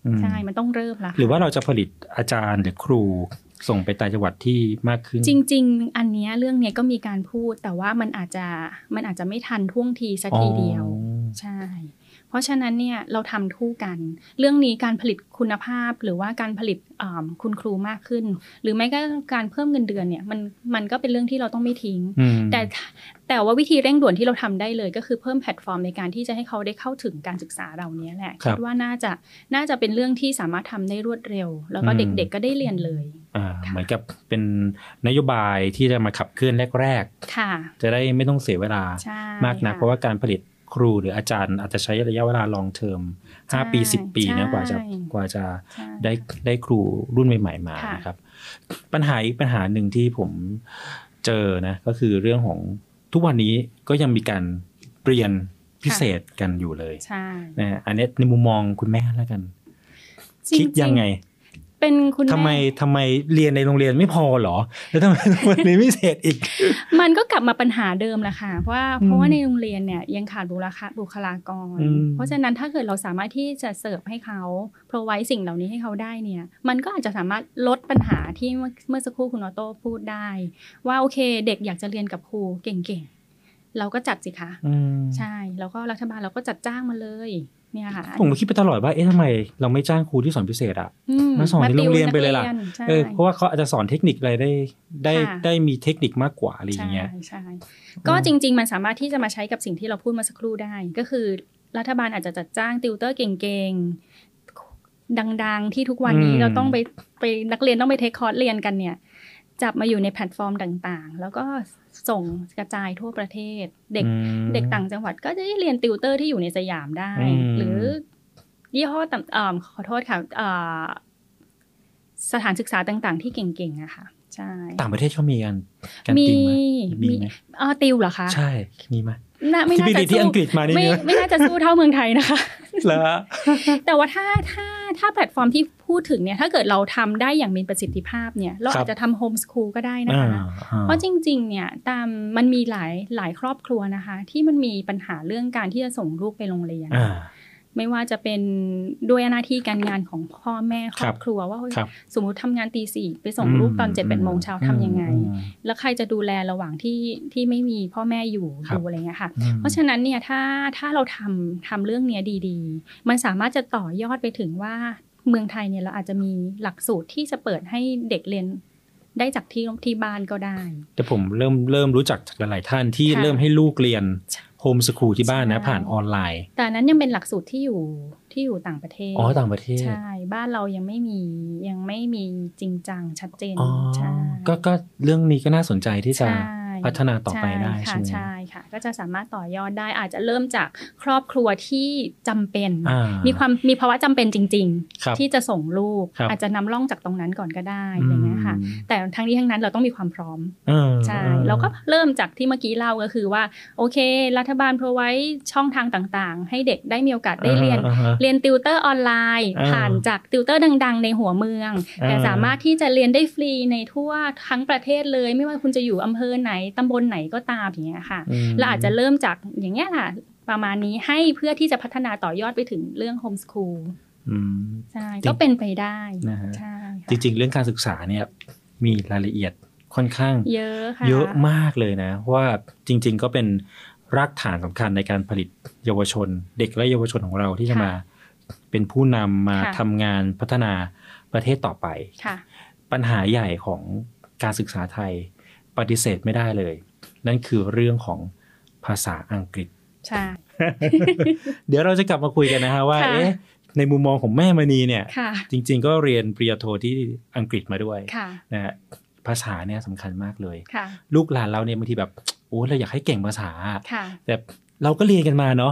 ใช่มันต้องเริ่มละหรือว่าเราจะผลิตอาจารย์หรือครูส่งไปต่างจังหวัดที่มากขึ้นจริงๆอันนี้เรื่องนี้ก็มีการพูดแต่ว่ามันอาจจะไม่ทันท่วงทีสักทีเดียวใช่เพราะฉะนั้นเนี่ยเราทำคู่กันเรื่องนี้การผลิตคุณภาพหรือว่าการผลิตคุณครูมากขึ้นหรือแม้ก็การเพิ่มเงินเดือนเนี่ยมันก็เป็นเรื่องที่เราต้องไม่ทิ้งแต่ว่าวิธีเร่งด่วนที่เราทำได้เลยก็คือเพิ่มแพลตฟอร์มในการที่จะให้เขาได้เข้าถึงการศึกษาเราเนี้ยแหละคิดว่าน่าจะเป็นเรื่องที่สามารถทำได้รวดเร็วแล้วก็เด็กๆก็ได้เรียนเลยเหมือนกับเป็นนโยบายที่จะมาขับเคลื่อนแรกๆจะได้ไม่ต้องเสียเวลามากนักเพราะว่าการผลิตครูหรืออาจารย์อาจจะใช้ระยะเวลา long term 5 ปี10 ปีนะกว่าจะได้ครูรุ่นใหม่ๆมานะครับปัญหาหนึ่งที่ผมเจอนะก็คือเรื่องของทุกวันนี้ก็ยังมีการเรียนพิเศษกันอยู่เลยนะอันนี้ในมุมมองคุณแม่แล้วกันคิดยังไงเป็นคุณแม่ทำไมเรียนในโรงเรียนไม่พอหรอแล้วทำไมเรียนพิเศษอีกมันก็กลับมาปัญหาเดิมแหละค่ะเพราะว่าในโรงเรียนเนี่ยยังขาดบุคลากรเพราะฉะนั้นถ้าเกิดเราสามารถที่จะเสิร์ฟให้เขาโปรไวต์สิ่งเหล่านี้ให้เขาได้เนี่ยมันก็อาจจะสามารถลดปัญหาที่เมื่อสักครู่คุณออโต้พูดได้ว่าโอเคเด็กอยากจะเรียนกับครูเก่งๆเราก็จัดสิคะใช่แล้วก็รัฐบาลเราก็จัดจ้างมาเลยผมคิดไปตลอดว่าทำไมเราไม่จ้างครูที่สอนพิเศษมาสอนในโรงเรียนไปเลยล่ะเพราะว่าเขาอาจจะสอนเทคนิคอะไรได้มีเทคนิคมากกว่าอะไรอย่างเงี้ยใช่ก็จริงๆมันสามารถที่จะมาใช้กับสิ่งที่เราพูดมาสักครู่ได้ก็คือรัฐบาลอาจจะจัดจ้างติวเตอร์เก่งๆดังๆที่ทุกวันนี้เราต้องไปนักเรียนต้องไปเทคคอร์สเรียนกันเนี่ยจับมาอยู่ในแพลตฟอร์มต่างๆแล้วก็ส่งกระจายทั่วประเทศเด็กต่างจังหวัดก็จะได้เรียนติวเตอร์ที่อยู่ในสยามได้หรือยี่ห้อขอโทษค่ะสถานศึกษาต่างๆที่เก่งๆนะคะใช่ต่างประเทศเขามีกันติวไหมติวเหรอคะใช่มีไหมไม่น่าจะที่อังกฤษมานี่ไม่น่าจะสู้เท่าเมืองไทยนะคะแล้วแต่ว่าถ้าแพลตฟอร์มที่พูดถึงเนี่ยถ้าเกิดเราทำได้อย่างมีประสิทธิภาพเนี่ยเราอาจจะทำโฮมสคูลก็ได้นะคะเพราะจริงๆเนี่ยมันมีหลายครอบครัวนะคะที่มันมีปัญหาเรื่องการที่จะส่งลูกไปโรงเรียนไม่ว่าจะเป็นด้วยหน้าที่การงานของพ่อแม่ครอบครัวว่าสมมุติทำงานตี 4ไปส่งลูกตอน 7-8 โมงเช้าทำยังไงแล้วใครจะดูแลระหว่างที่ไม่มีพ่อแม่อยู่ดูอะไรเงี้ยค่ะเพราะฉะนั้นเนี่ยถ้าเราทำเรื่องนี้ดีๆมันสามารถจะต่อยอดไปถึงว่าเมืองไทยเนี่ยเราอาจจะมีหลักสูตรที่จะเปิดให้เด็กเรียนได้จากที่บ้านก็ได้แต่ผมเริ่มรู้จักจากหลายๆท่านที่เริ่มให้ลูกเรียนโฮมสคูลที่บ้านนะผ่านออนไลน์แต่นั้นยังเป็นหลักสูตรที่อยู่ต่างประเทศต่างประเทศใช่บ้านเรายังไม่มีจริงจังชัดเจนใช่ก็เรื่องนี้ก็น่าสนใจที่จะพัฒนาต่อไปได้ใช่ไหมใช่ค่ะก็จะสามารถต่อยอดได้อาจจะเริ่มจากครอบครัวที่จำเป็นมีภาวะจำเป็นจริงๆที่จะส่งลูกอาจจะนำร่องจากตรงนั้นก่อนก็ได้อย่างเงี้ยค่ะแต่ทั้งนี้ทั้งนั้นเราต้องมีความพร้อมใช่เราก็เริ่มจากที่เมื่อกี้เล่าก็คือว่าโอเครัฐบาลพรอไว้ช่องทางต่างๆให้เด็กได้มีโอกาสได้เรียนติวเตอร์ออนไลน์ผ่านจากติวเตอร์ดังๆในหัวเมืองแต่สามารถที่จะเรียนได้ฟรีในทั่วทั้งประเทศเลยไม่ว่าคุณจะอยู่อำเภอไหนตำบลไหนก็ตามอย่างเงี้ยค่ะเราอาจจะเริ่มจากอย่างเงี้ยค่ะประมาณนี้ให้เพื่อที่จะพัฒนาต่อยอดไปถึงเรื่องโฮมสคูลใช่ก็เป็นไปได้ใช่จริงๆเรื่องการศึกษาเนี่ยมีรายละเอียดค่อนข้างเยอะมากเลยนะว่าจริงๆก็เป็นรากฐานสำคัญในการผลิตเยาวชนเด็กและเยาวชนของเราที่จะมาเป็นผู้นำมาทำงานพัฒนาประเทศต่อไปปัญหาใหญ่ของการศึกษาไทยปฏิเสธไม่ได้เลยนั่นคือเรื่องของภาษาอังกฤษใช่เดี๋ยวเราจะกลับมาคุยกันนะฮะว่าในมุมมองของแม่มณีเนี่ยจริงๆก็เรียนปริญญาโทที่อังกฤษมาด้วยนะฮะภาษาเนี่ยสำคัญมากเลยลูกหลานเราเนี่ยบางทีแบบโอ้เราอยากให้เก่งภาษาแต่เราก็เรียนกันมาเนาะ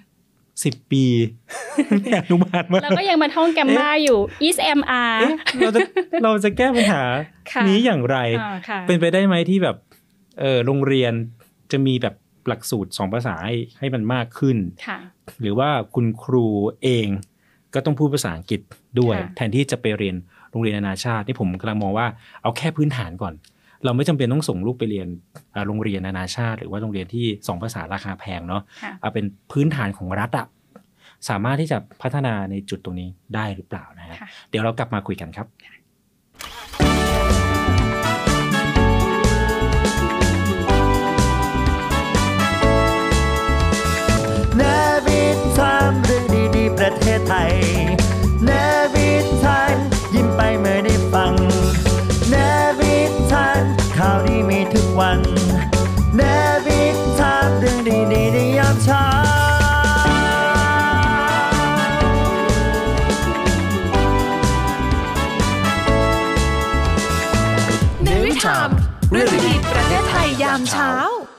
10 ปีอนุบาลมาแล้วก็ยังมาท่องแกมมาอยู่ is am are เราจะแก้ปัญหานี้อย่างไรเป็นไปได้ไหมที่แบบโรงเรียนจะมีแบบหลักสูตร2ภาษาให้มันมากขึ้นหรือว่าคุณครูเองก็ต้องพูดภาษาอังกฤษด้วยแทนที่จะไปเรียนโรงเรียนนานาชาตินี่ผมกำลังมองว่าเอาแค่พื้นฐานก่อนเราไม่จำเป็นต้องส่งลูกไปเรียนโรงเรียนนานาชาติหรือว่าโรงเรียนที่2ภาษาราคาแพงเนาะเอาเป็นพื้นฐานของรัฐอะสามารถที่จะพัฒนาในจุดตรงนี้ได้หรือเปล่านะฮะเดี๋ยวเรากลับมาคุยกันครับเนวิทามเรื่องดีๆประเทศไทยเนวิทามยิ้มไปเมื่อได้ฟังเนวิทามข่าวดีมีทุกวันเนวิทามเรื่องดีๆในยามเช้าเนวิทามเรื่องดีๆประเทศไทยยามเช้า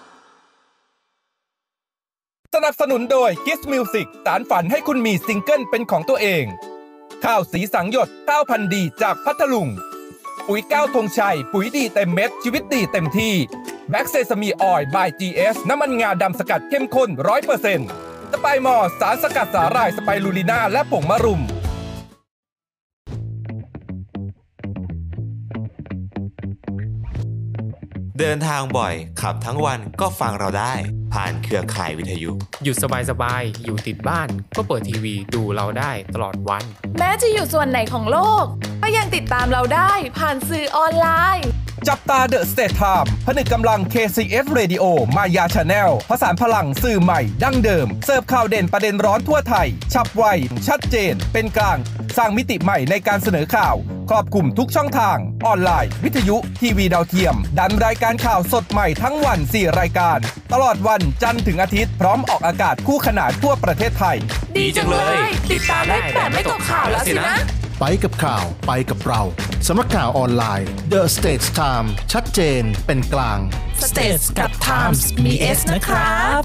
สนับสนุนโดย Kiss Music สารฝันให้คุณมีซิงเกิลเป็นของตัวเองข้าวสีสังหยดข้าวพันธุ์ดีจากพัทลุงปุ๋ยก้าวธงชัยปุ๋ยดีเต็มเม็ดชีวิตดีเต็มที่แบ็กเซซามีออยล์ by GS น้ำมันงาดำสกัดเข้มข้น 100% สไปมอร์สารสกัดสาหร่ายสไปรูลิน่าและผงมะรุมเดินทางบ่อยขับทั้งวันก็ฟังเราได้ผ่านเครือข่ายวิทยุหยุดสบายๆอยู่ติดบ้านก็เปิดทีวีดูเราได้ตลอดวันแม้จะอยู่ส่วนไหนของโลกก็ยังติดตามเราได้ผ่านสื่อออนไลน์จับตา The State Time ผนึกกำลัง KCF Radio Maya Channel ผสานพลังสื่อใหม่ดั้งเดิมเสิร์ฟข่าวเด่นประเด็นร้อนทั่วไทยฉับไวชัดเจนเป็นกลางสร้างมิติใหม่ในการเสนอข่าวครอบคลุมทุกช่องทางออนไลน์วิทยุทีวีดาวเทียมดันรายการข่าวสดใหม่ทั้งวัน4รายการตลอดวันจันทร์ถึงอาทิตย์พร้อมออกอากาศคู่ขนานทั่วประเทศไทยดีจังเลยติดตามได้แต่ไม่ตกข่าวแล้วสินะไปกับข่าวไปกับเราสำนักข่าวออนไลน์ The States Time ชัดเจนเป็นกลาง States กับ Times มี S นะครับ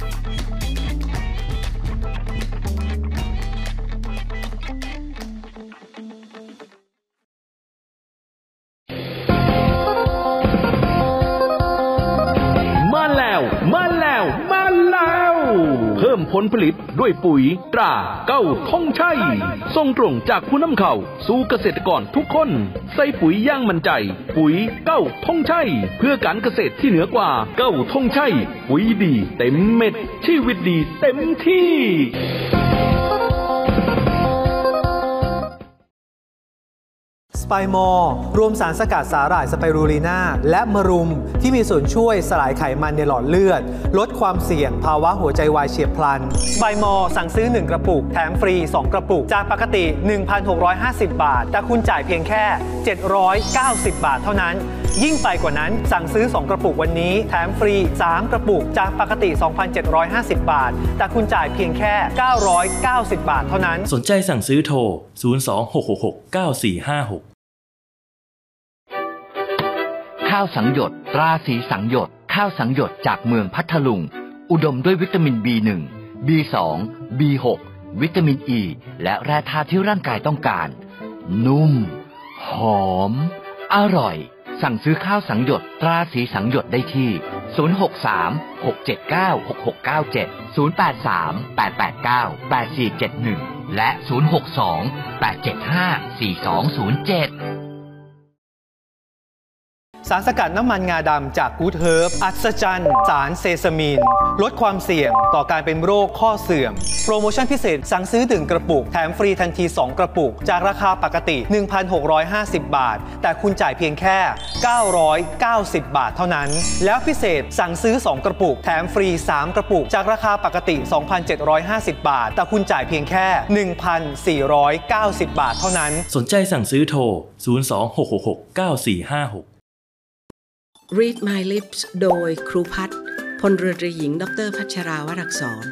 เพิ่มผลผลิตด้วยปุ๋ยตราเก้าธงชัยส่งตรงจากผู้นำเข้าสู่เกษตรกรทุกคนใส่ปุ๋ยอย่างมั่นใจปุ๋ยเก้าธงชัยเพื่อการเกษตรที่เหนือกว่าเก้าธงชัยปุ๋ยดีเต็มเม็ดชีวิตดีเต็มที่สไปมอร์รวมสารสกัดสาหร่ายสไปรูลีน่าและมะรุมที่มีส่วนช่วยสลายไขมันในหลอดเลือดลดความเสี่ยงภาวะหัวใจวายเฉียบพลันสไปมอร์สั่งซื้อ1กระปุกแถมฟรี2กระปุกจากปกติ 1,650 บาทแต่คุณจ่ายเพียงแค่790 บาทเท่านั้นยิ่งไปกว่านั้นสั่งซื้อ2กระปุกวันนี้แถมฟรี3กระปุกจากปกติ 2,750 บาทแต่คุณจ่ายเพียงแค่990 บาทเท่านั้นสนใจสั่งซื้อโทร026669456 ข้าวสังหยดตราสีสังหยดข้าวสังหยดจากเมืองพัทลุงอุดมด้วยวิตามิน B1 B2 B6 วิตามิน E และแร่ธาตุที่ร่างกายต้องการนุ่มหอมอร่อยสั่งซื้อข้าวสังหยดตราสีสังหยดได้ที่063-679-6697 083-889-8471 และ 062-875-4207 สารสกัดน้ำมันงาดำจากกู๊ดเฮิร์บอัศจรรย์สารเซซามีนลดความเสี่ยงต่อการเป็นโรคข้อเสื่อมโปรโมชั่นพิเศษสั่งซื้อ1กระปุกแถมฟรีทันที2กระปุกจากราคาปกติ 1,650 บาทแต่คุณจ่ายเพียงแค่990 บาทเท่านั้นแล้วพิเศษสั่งซื้อ2กระปุกแถมฟรี3กระปุกจากราคาปกติ 2,750 บาทแต่คุณจ่ายเพียงแค่ 1,490 บาทเท่านั้นสนใจสั่งซื้อโทร026669456 Read My Lips โดยครูพัฒน์พลเรือตรีหญิงดร.พัชราวรักษร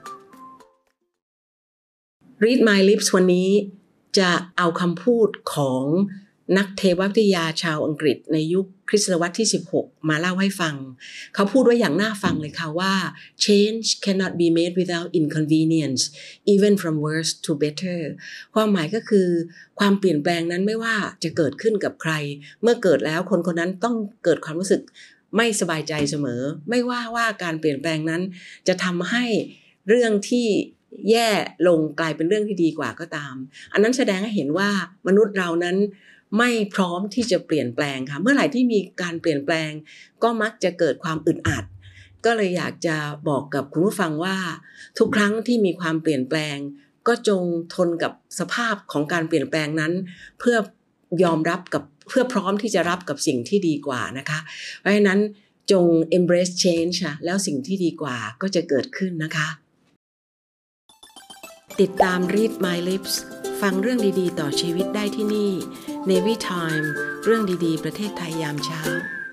Read My Lips วันนี้จะเอาคำพูดของนักเทววิทยาชาวอังกฤษในยุคคริสตศตวรรษที่16มาเล่าให้ฟังเขาพูดไว้อย่างน่าฟังเลยค่ะว่า Change cannot be made without inconvenience even from worse to better ความหมายก็คือความเปลี่ยนแปลงนั้นไม่ว่าจะเกิดขึ้นกับใครเมื่อเกิดแล้วคนคนนั้นต้องเกิดความรู้สึกไม่สบายใจเสมอไม่ว่าการเปลี่ยนแปลงนั้นจะทำให้เรื่องที่แย่ลงกลายเป็นเรื่องที่ดีกว่าก็ตามอันนั้นแสดงให้เห็นว่ามนุษย์เรานั้นไม่พร้อมที่จะเปลี่ยนแปลงค่ะเมื่อไหร่ที่มีการเปลี่ยนแปลงก็มักจะเกิดความอึดอัดก็เลยอยากจะบอกกับคุณผู้ฟังว่าทุกครั้งที่มีความเปลี่ยนแปลงก็จงทนกับสภาพของการเปลี่ยนแปลงนั้นเพื่อยอมรับกับเพื่อพร้อมที่จะรับกับสิ่งที่ดีกว่านะคะเพราะฉะนั้นจง embrace change ค่ะแล้วสิ่งที่ดีกว่าก็จะเกิดขึ้นนะคะติดตาม Read My Lips ฟังเรื่องดีๆต่อชีวิตได้ที่นี่ Navy Time เรื่องดีๆประเทศไทยยามเช้า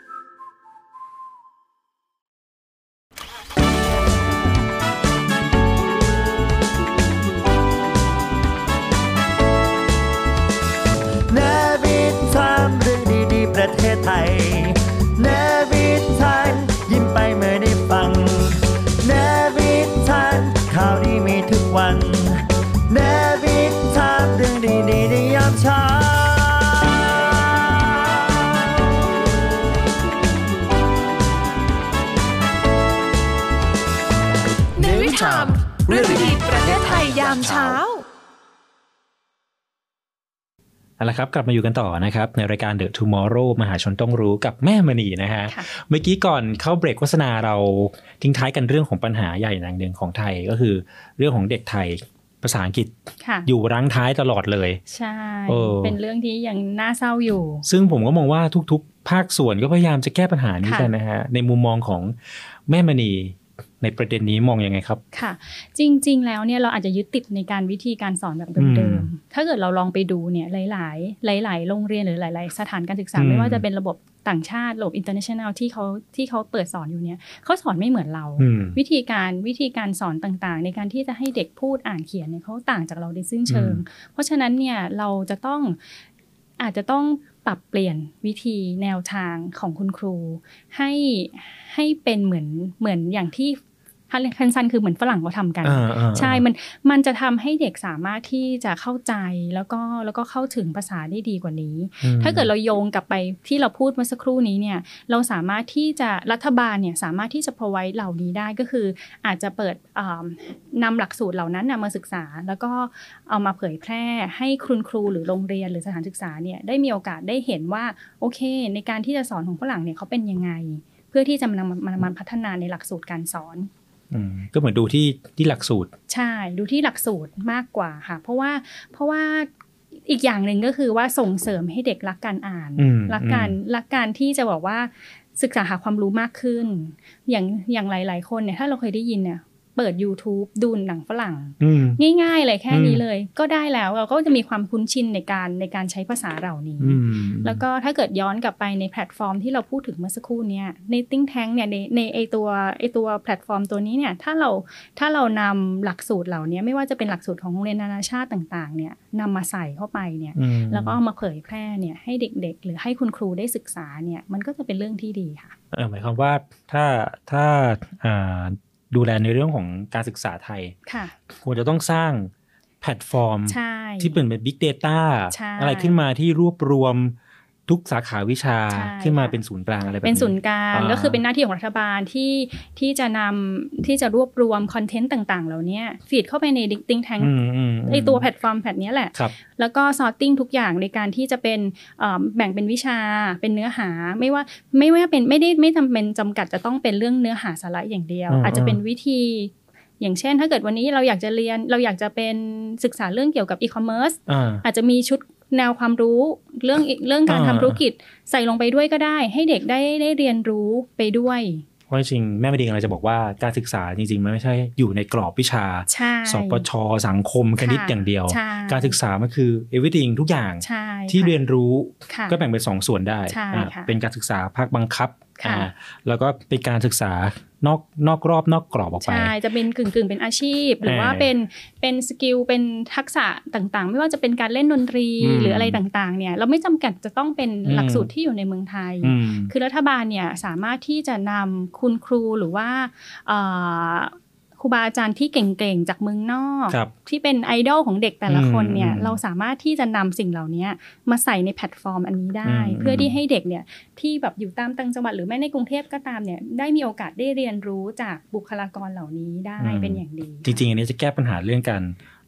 ประเทศไทยเนวิทานยิ้มไปเมื่อได้ฟังเนวิทานข่าวดีมีทุกวันเนวิทานเรื่องดีๆในยามเช้าเนวิทามเรื่องดีๆประเทศไทยยามเช้าเอาละครับกลับมาอยู่กันต่อนะครับในรายการ The Tomorrow มหาชนต้องรู้กับแม่มณีนะฮะเมื่อกี้ก่อนเข้าเบรกโฆษณาเราทิ้งท้ายกันเรื่องของปัญหาใหญ่อย่างหนึ่งของไทยก็คือเรื่องของเด็กไทยภาษาอังกฤษอยู่รั้งท้ายตลอดเลยใช่เป็นเรื่องที่ยังน่าเศร้าอยู่ซึ่งผมก็มองว่าทุกๆภาคส่วนก็พยายามจะแก้ปัญหานี้กันนะฮะในมุมมองของแม่มณีในประเด็นนี้มองยังไงครับค่ะจริงๆแล้วเนี่ยเราอาจจะยึดติดในการวิธีการสอนแบบเดิมๆถ้าเกิดเราลองไปดูเนี่ยหลายโรงเรียนหรือหลายๆสถานการศึกษาไม่ว่าจะเป็นระบบต่างชาติระบบ international ที่เขาเปิดสอนอยู่เนี่ยเขาสอนไม่เหมือนเราวิธีการสอนต่างๆในการที่จะให้เด็กพูดอ่านเขียนเนี่ยเขาต่างจากเราในสิ้นเชิงเพราะฉะนั้นเนี่ยเราอาจจะต้องปรับเปลี่ยนวิธีแนวทางของคุณครูให้เป็นเหมือนอย่างที่คันซันคือเหมือนฝรั่งเขาทำกันใช่มันจะทำให้เด็กสามารถที่จะเข้าใจแล้วก็เข้าถึงภาษาได้ดีกว่านี้ถ้าเกิดเราโยงกลับไปที่เราพูดเมื่อสักครู่นี้เนี่ยเราสามารถที่จะรัฐบาลเนี่ยสามารถที่จะ provide เหล่านี้ได้ก็คืออาจจะเปิดนำหลักสูตรเหล่านั้นมาศึกษาแล้วก็เอามาเผยแพร่ให้คุณครูหรือโรงเรียนหรือสถานศึกษาเนี่ยได้มีโอกาสได้เห็นว่าโอเคในการที่จะสอนของฝรั่งเนี่ยเขาเป็นยังไงเพื่อที่จะมาพัฒนาในหลักสูตรการสอนก็เหมือนดูที่หลักสูตรใช่ดูที่หลักสูตรมากกว่าค่ะเพราะว่าอีกอย่างหนึ่งก็คือว่าส่งเสริมให้เด็กรักการอ่านรักการที่จะบอกว่าศึกษาหาความรู้มากขึ้นอย่างหลายๆคนเนี่ยถ้าเราเคยได้ยินเนี่ยเปิด YouTube ดูหนังฝรั่งง่ายๆเลยแค่นี้เลยก็ได้แล้วเราก็จะมีความคุ้นชินในการใช้ภาษาเหล่านี้แล้วก็ถ้าเกิดย้อนกลับไปในแพลตฟอร์มที่เราพูดถึงเมื่อสักครู่นี้ใน Think Tank เนี่ยในไอตัวแพลตฟอร์มตัวนี้เนี่ยถ้าเรานำหลักสูตรเหล่านี้ไม่ว่าจะเป็นหลักสูตรของโรงเรียนนานาชาติต่างๆเนี่ยนำมาใส่เข้าไปเนี่ยแล้วก็เอามาเผยแพร่เนี่ยให้เด็กๆหรือให้คุณครูได้ศึกษาเนี่ยมันก็จะเป็นเรื่องที่ดีค่ะหมายความว่าถ้าดูแลในเรื่องของการศึกษาไทยควรจะต้องสร้างแพลตฟอร์มที่เป็นBig Data อะไรขึ้นมาที่รวบรวมทุกสาขาวิชาขึ้นมาเป็นศูนย์กลางอะไรแบบนี้เป็นศูนย์กลางก็คือเป็นหน้าที่ของรัฐบาลที่จะรวบรวมคอนเทนต์ต่างๆเหล่านี้ฟีดเข้าไปใน Think Tank ไอตัวแพลตฟอร์มแพลตนี้แหละแล้วก็ซอร์ติ้งทุกอย่างในการที่จะเป็นแบ่งเป็นวิชาเป็นเนื้อหาไม่ว่าเป็นไม่จำเป็นจำกัดจะต้องเป็นเรื่องเนื้อหาสาระอย่างเดียวอาจจะเป็นวิธีอย่างเช่นถ้าเกิดวันนี้เราอยากจะเป็นศึกษาเรื่องเกี่ยวกับอีคอมเมิร์ซอาจจะมีชุดแนวความรู้เรื่องการทำธุรกิจใส่ลงไปด้วยก็ได้ให้เด็กได้เรียนรู้ไปด้วยเพราะจริงแม่มณีกำลังจะบอกว่าการศึกษาจริงๆมันไม่ใช่อยู่ในกรอบวิชาสปช.สังคมคณิตอย่างเดียวการศึกษามันคือ everything ทุกอย่างที่เรียนรู้ก็แบ่งเป็น2ส่วนได้เป็นการศึกษาภาคบังคับแล้วก็เป็นการศึกษานอกรอบนอกกรอบออกไปใช่จะเป็นกึ่งเป็นอาชีพหรือว่าเป็นสกิลเป็นทักษะต่างๆไม่ว่าจะเป็นการเล่นดนตรีหรืออะไรต่างๆเนี่ยเราไม่จำกัดจะต้องเป็นหลักสูตรที่อยู่ในเมืองไทยคือรัฐบาลเนี่ยสามารถที่จะนำคุณครูหรือว่าครูบาอาจารย์ที่เก่งๆจากเมืองนอกที่เป็นไอดอลของเด็กแต่ละคนเนี่ยเราสามารถที่จะนำสิ่งเหล่านี้มาใส่ในแพลตฟอร์มอันนี้ได้เพื่อที่ให้เด็กเนี่ยที่แบบอยู่ตามต่างจังหวัดหรือแม้ในกรุงเทพก็ตามเนี่ยได้มีโอกาสได้เรียนรู้จากบุคลากรเหล่านี้ได้เป็นอย่างดีจริงๆอันนี้จะแก้ปัญหาเรื่องการ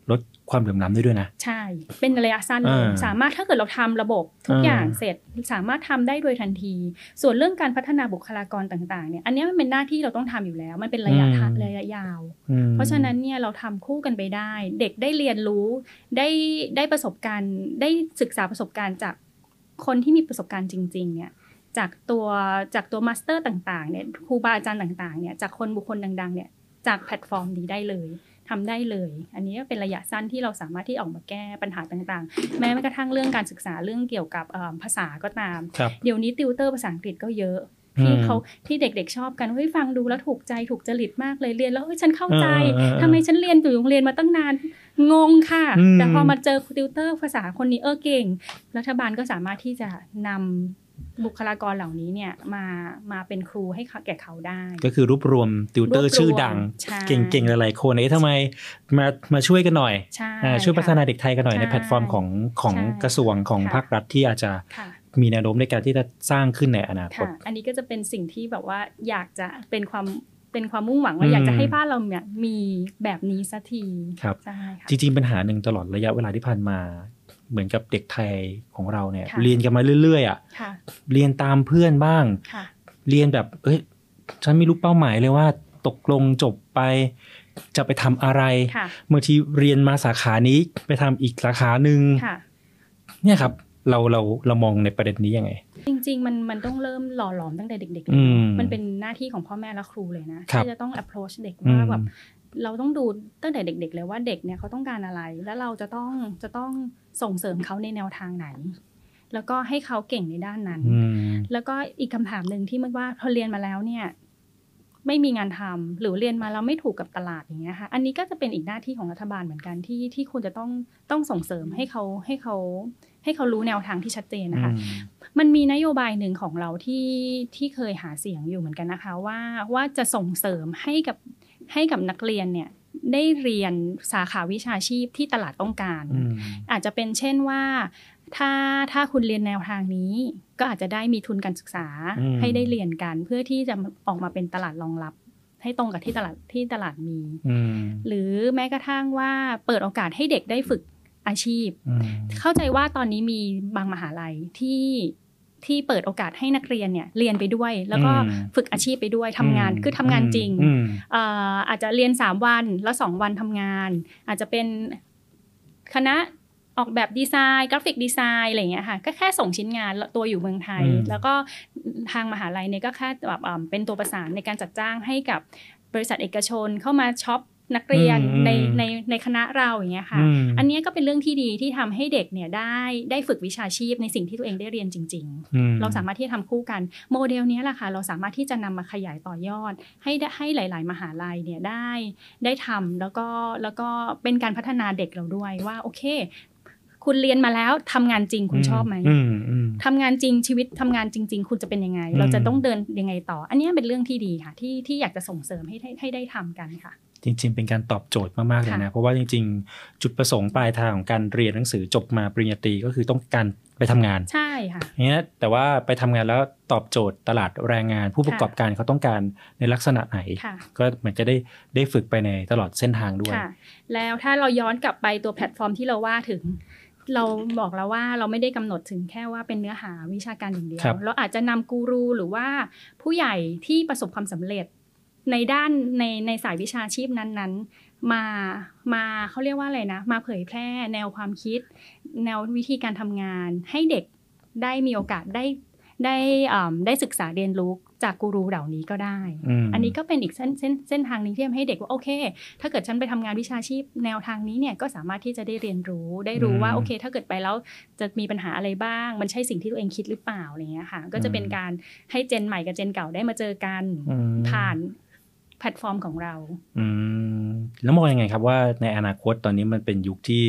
ลดความเหลื่อมล้ำได้ด้วยนะใช่เป็นระยะสั้นเลยสามารถถ้าเกิดเราทำระบบทุกอย่างเสร็จสามารถทำได้โดยทันทีส่วนเรื่องการพัฒนาบุคลากรต่างๆเนี่ยอันนี้มันเป็นหน้าที่เราต้องทำอยู่แล้วมันเป็นระยะยาวเพราะฉะนั้นเนี่ยเราทำคู่กันไปได้เด็กได้เรียนรู้ได้ประสบการณ์ได้ศึกษาประสบการณ์จากคนที่มีประสบการณ์จริงๆเนี่ยจากตัวมาสเตอร์ต่างๆเนี่ยครูบาอาจารย์ต่างๆเนี่ยจากคนบุคคลดังๆเนี่ยจากแพลตฟอร์มนี้ได้เลยทำได้เลยอันนี้เป็นระยะสั้นที่เราสามารถที่ออกมาแก้ปัญหาต่างๆแม้กระทั่งเรื่องการศึกษาเรื่องเกี่ยวกับภาษาก็ตามเดี๋ยวนี้ติวเตอร์ภาษาอังกฤษก็เยอะที่เด็กๆชอบกันเฮ้ยฟังดูแล้วถูกใจถูกจริตมากเลยเรียนแล้วเฮ้ยฉันเข้าใจทำไมฉันเรียนอยู่โรงเรียนมาตั้งนานงงค่ะแต่พอมาเจอติวเตอร์ภาษาคนนี้เก่งรัฐบาลก็สามารถที่จะนำบุคลากรเหล่านี้เนี่ยมาเป็นครูให้แก่เขาได้ก็คือรวบรวมติวเตอร์ชื่อดังเก่งๆหลายๆคนทำไมมาช่วยกันหน่อยช่วยพัฒนาเด็กไทยกันหน่อยในแพลตฟอร์มของกระทรวงของภาครัฐที่อาจจะมีแนวโน้มในการที่จะสร้างขึ้นในอนาคตอันนี้ก็จะเป็นสิ่งที่แบบว่าอยากจะเป็นความมุ่งหวังว่าอยากจะให้บ้านเราเนี่ยมีแบบนี้สักทีครับจริงๆปัญหาหนึ่งตลอดระยะเวลาที่ผ่านมาเหมือนกับเด็กไทยของเราเนี่ยเรียนกันมาเรื่อยๆอ่ะเรียนตามเพื่อนบ้างเรียนแบบฉันไม่รู้เป้าหมายเลยว่าตกลงจบไปจะไปทำอะไรบางทีเรียนมาสาขานี้ไปทำอีกสาขาหนึ่งเนี่ยครับเรามองในประเด็นนี้ยังไงจริงๆมันต้องเริ่มหล่อหลอมตั้งแต่เด็กๆเลยมันเป็นหน้าที่ของพ่อแม่และครูเลยนะที่จะต้อง approach เด็กว่าแบบเราต้องดูตั้งแต่เด็กๆเลยว่าเด็กเนี่ยเขาต้องการอะไรแล้วเราจะต้องส่งเสริมเขาในแนวทางไหนแล้วก็ให้เขาเก่งในด้านนั้นแล้วก็อีกคำถามนึงที่มันว่าพอเรียนมาแล้วเนี่ยไม่มีงานทำหรือเรียนมาแล้วไม่ถูกกับตลาดอย่างเงี้ยค่ะอันนี้ก็จะเป็นอีกหน้าที่ของรัฐบาลเหมือนกันที่ควรจะต้องส่งเสริมให้เขารู้แนวทางที่ชัดเจนนะคะมันมีนโยบายหนึ่งของเราที่เคยหาเสียงอยู่เหมือนกันนะคะว่าจะส่งเสริมให้กับนักเรียนเนี่ยได้เรียนสาขาวิชาชีพที่ตลาดต้องการอาจจะเป็นเช่นว่าถ้าคุณเรียนแนวทางนี้ก็อาจจะได้มีทุนการศึกษาให้ได้เรียนกันเพื่อที่จะออกมาเป็นตลาดรองรับให้ตรงกับที่ตลาดมีหรือแม้กระทั่งว่าเปิดโอกาสให้เด็กได้ฝึกอาชีพเข้าใจว่าตอนนี้มีบางมหาลัยที่เปิดโอกาสให้นักเรียนเนี่ยเรียนไปด้วยแล้วก็ฝึกอาชีพไปด้วยทำงานคือทำงานจริงอาจจะเรียน3วันแล้ว2วันทำงานอาจจะเป็นคณะออกแบบดีไซน์กราฟิกดีไซน์อะไรอย่างเงี้ยค่ะก็แค่ส่งชิ้นงานตัวอยู่เมืองไทยแล้วก็ทางมหาลัยเนี่ยก็แค่แบบเป็นตัวประสานในการจัดจ้างให้กับบริษัทเอกชนเข้ามาช็อปนักเรียนในคณะเราอย่างเงี้ยค่ะอันนี้ก็เป็นเรื่องที่ดีที่ทำให้เด็กเนี่ยได้ฝึกวิชาชีพในสิ่งที่ตัวเองได้เรียนจริงๆเราสามารถที่จะทำคู่กันโมเดลนี้แหละค่ะเราสามารถที่จะนำมาขยายต่อยอดให้หลายๆมหาลัยเนี่ยได้ทำแล้วก็เป็นการพัฒนาเด็กเราด้วยว่าโอเคคุณเรียนมาแล้วทำงานจริงคุณชอบไหมทำงานจริงชีวิตทำงานจริงๆคุณจะเป็นยังไงเราจะต้องเดินยังไงต่ออันนี้เป็นเรื่องที่ดีค่ะที่อยากจะส่งเสริมให้ได้ทำกันค่ะจริงๆเป็นการตอบโจทย์มากๆเลยนะเพราะว่าจริงๆจุดประสงค์ปลายทางของการเรียนหนังสือจบมาปริญญาตรีก็คือต้องการไปทำงานใช่ค่ะเนี้ยแต่ว่าไปทำงานแล้วตอบโจทย์ตลาดแรงงานผู้ประกอบการเขาต้องการในลักษณะไหนก็เหมือนจะได้ฝึกไปในตลอดเส้นทางด้วยแล้วถ้าเราย้อนกลับไปตัวแพลตฟอร์มที่เราว่าถึงเราบอกแล้วว่าเราไม่ได้กำหนดถึงแค่ว่าเป็นเนื้อหาวิชาการอย่างเดียวเราอาจจะนำกูรูหรือว่าผู้ใหญ่ที่ประสบความสำเร็จในด้านในสายวิชาชีพนั้นๆมาเขาเรียกว่าอะไรนะมาเผยแพร่แนวความคิดแนววิธีการทำงานให้เด็กได้มีโอกาสได้ศึกษาเรียนรู้จากกูรูเหล่านี้ก็ได้อันนี้ก็เป็นอีกเส้นทางนึงที่ทำให้เด็กว่าโอเคถ้าเกิดฉันไปทำงานวิชาชีพแนวทางนี้เนี่ยก็สามารถที่จะได้เรียนรู้ว่าโอเคถ้าเกิดไปแล้วจะมีปัญหาอะไรบ้างมันใช่สิ่งที่ตัวเองคิดหรือเปล่าอะไรเงี้ยค่ะก็จะเป็นการให้เจนใหม่กับเจนเก่าได้มาเจอกันผ่านแพลตฟอร์มของเราแล้วมองยังไงครับว่าในอนาคตตอนนี้มันเป็นยุคที่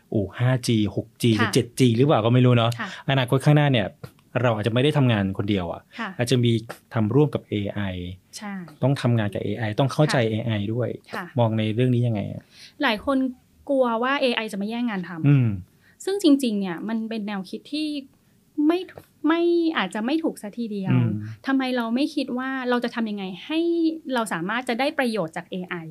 5G 6G หรือ 7G หรือเปล่าก็ไม่รู้เนาะอนาคตข้างหน้าเนี่ยเราอาจจะไม่ได้ทำงานคนเดียวอาจจะมีทำร่วมกับ AI ต้องทำงานกับ AI ต้องเข้าใจ AI ด้วยมองในเรื่องนี้ยังไงหลายคนกลัวว่า AI จะมาแย่งงานทำซึ่งจริงๆเนี่ยมันเป็นแนวคิดที่ไม่อาจจะไม่ถูกซะทีเดียวทำไมเราไม่คิดว่าเราจะทำยังไงให้เราสามารถจะได้ประโยชน์จาก AI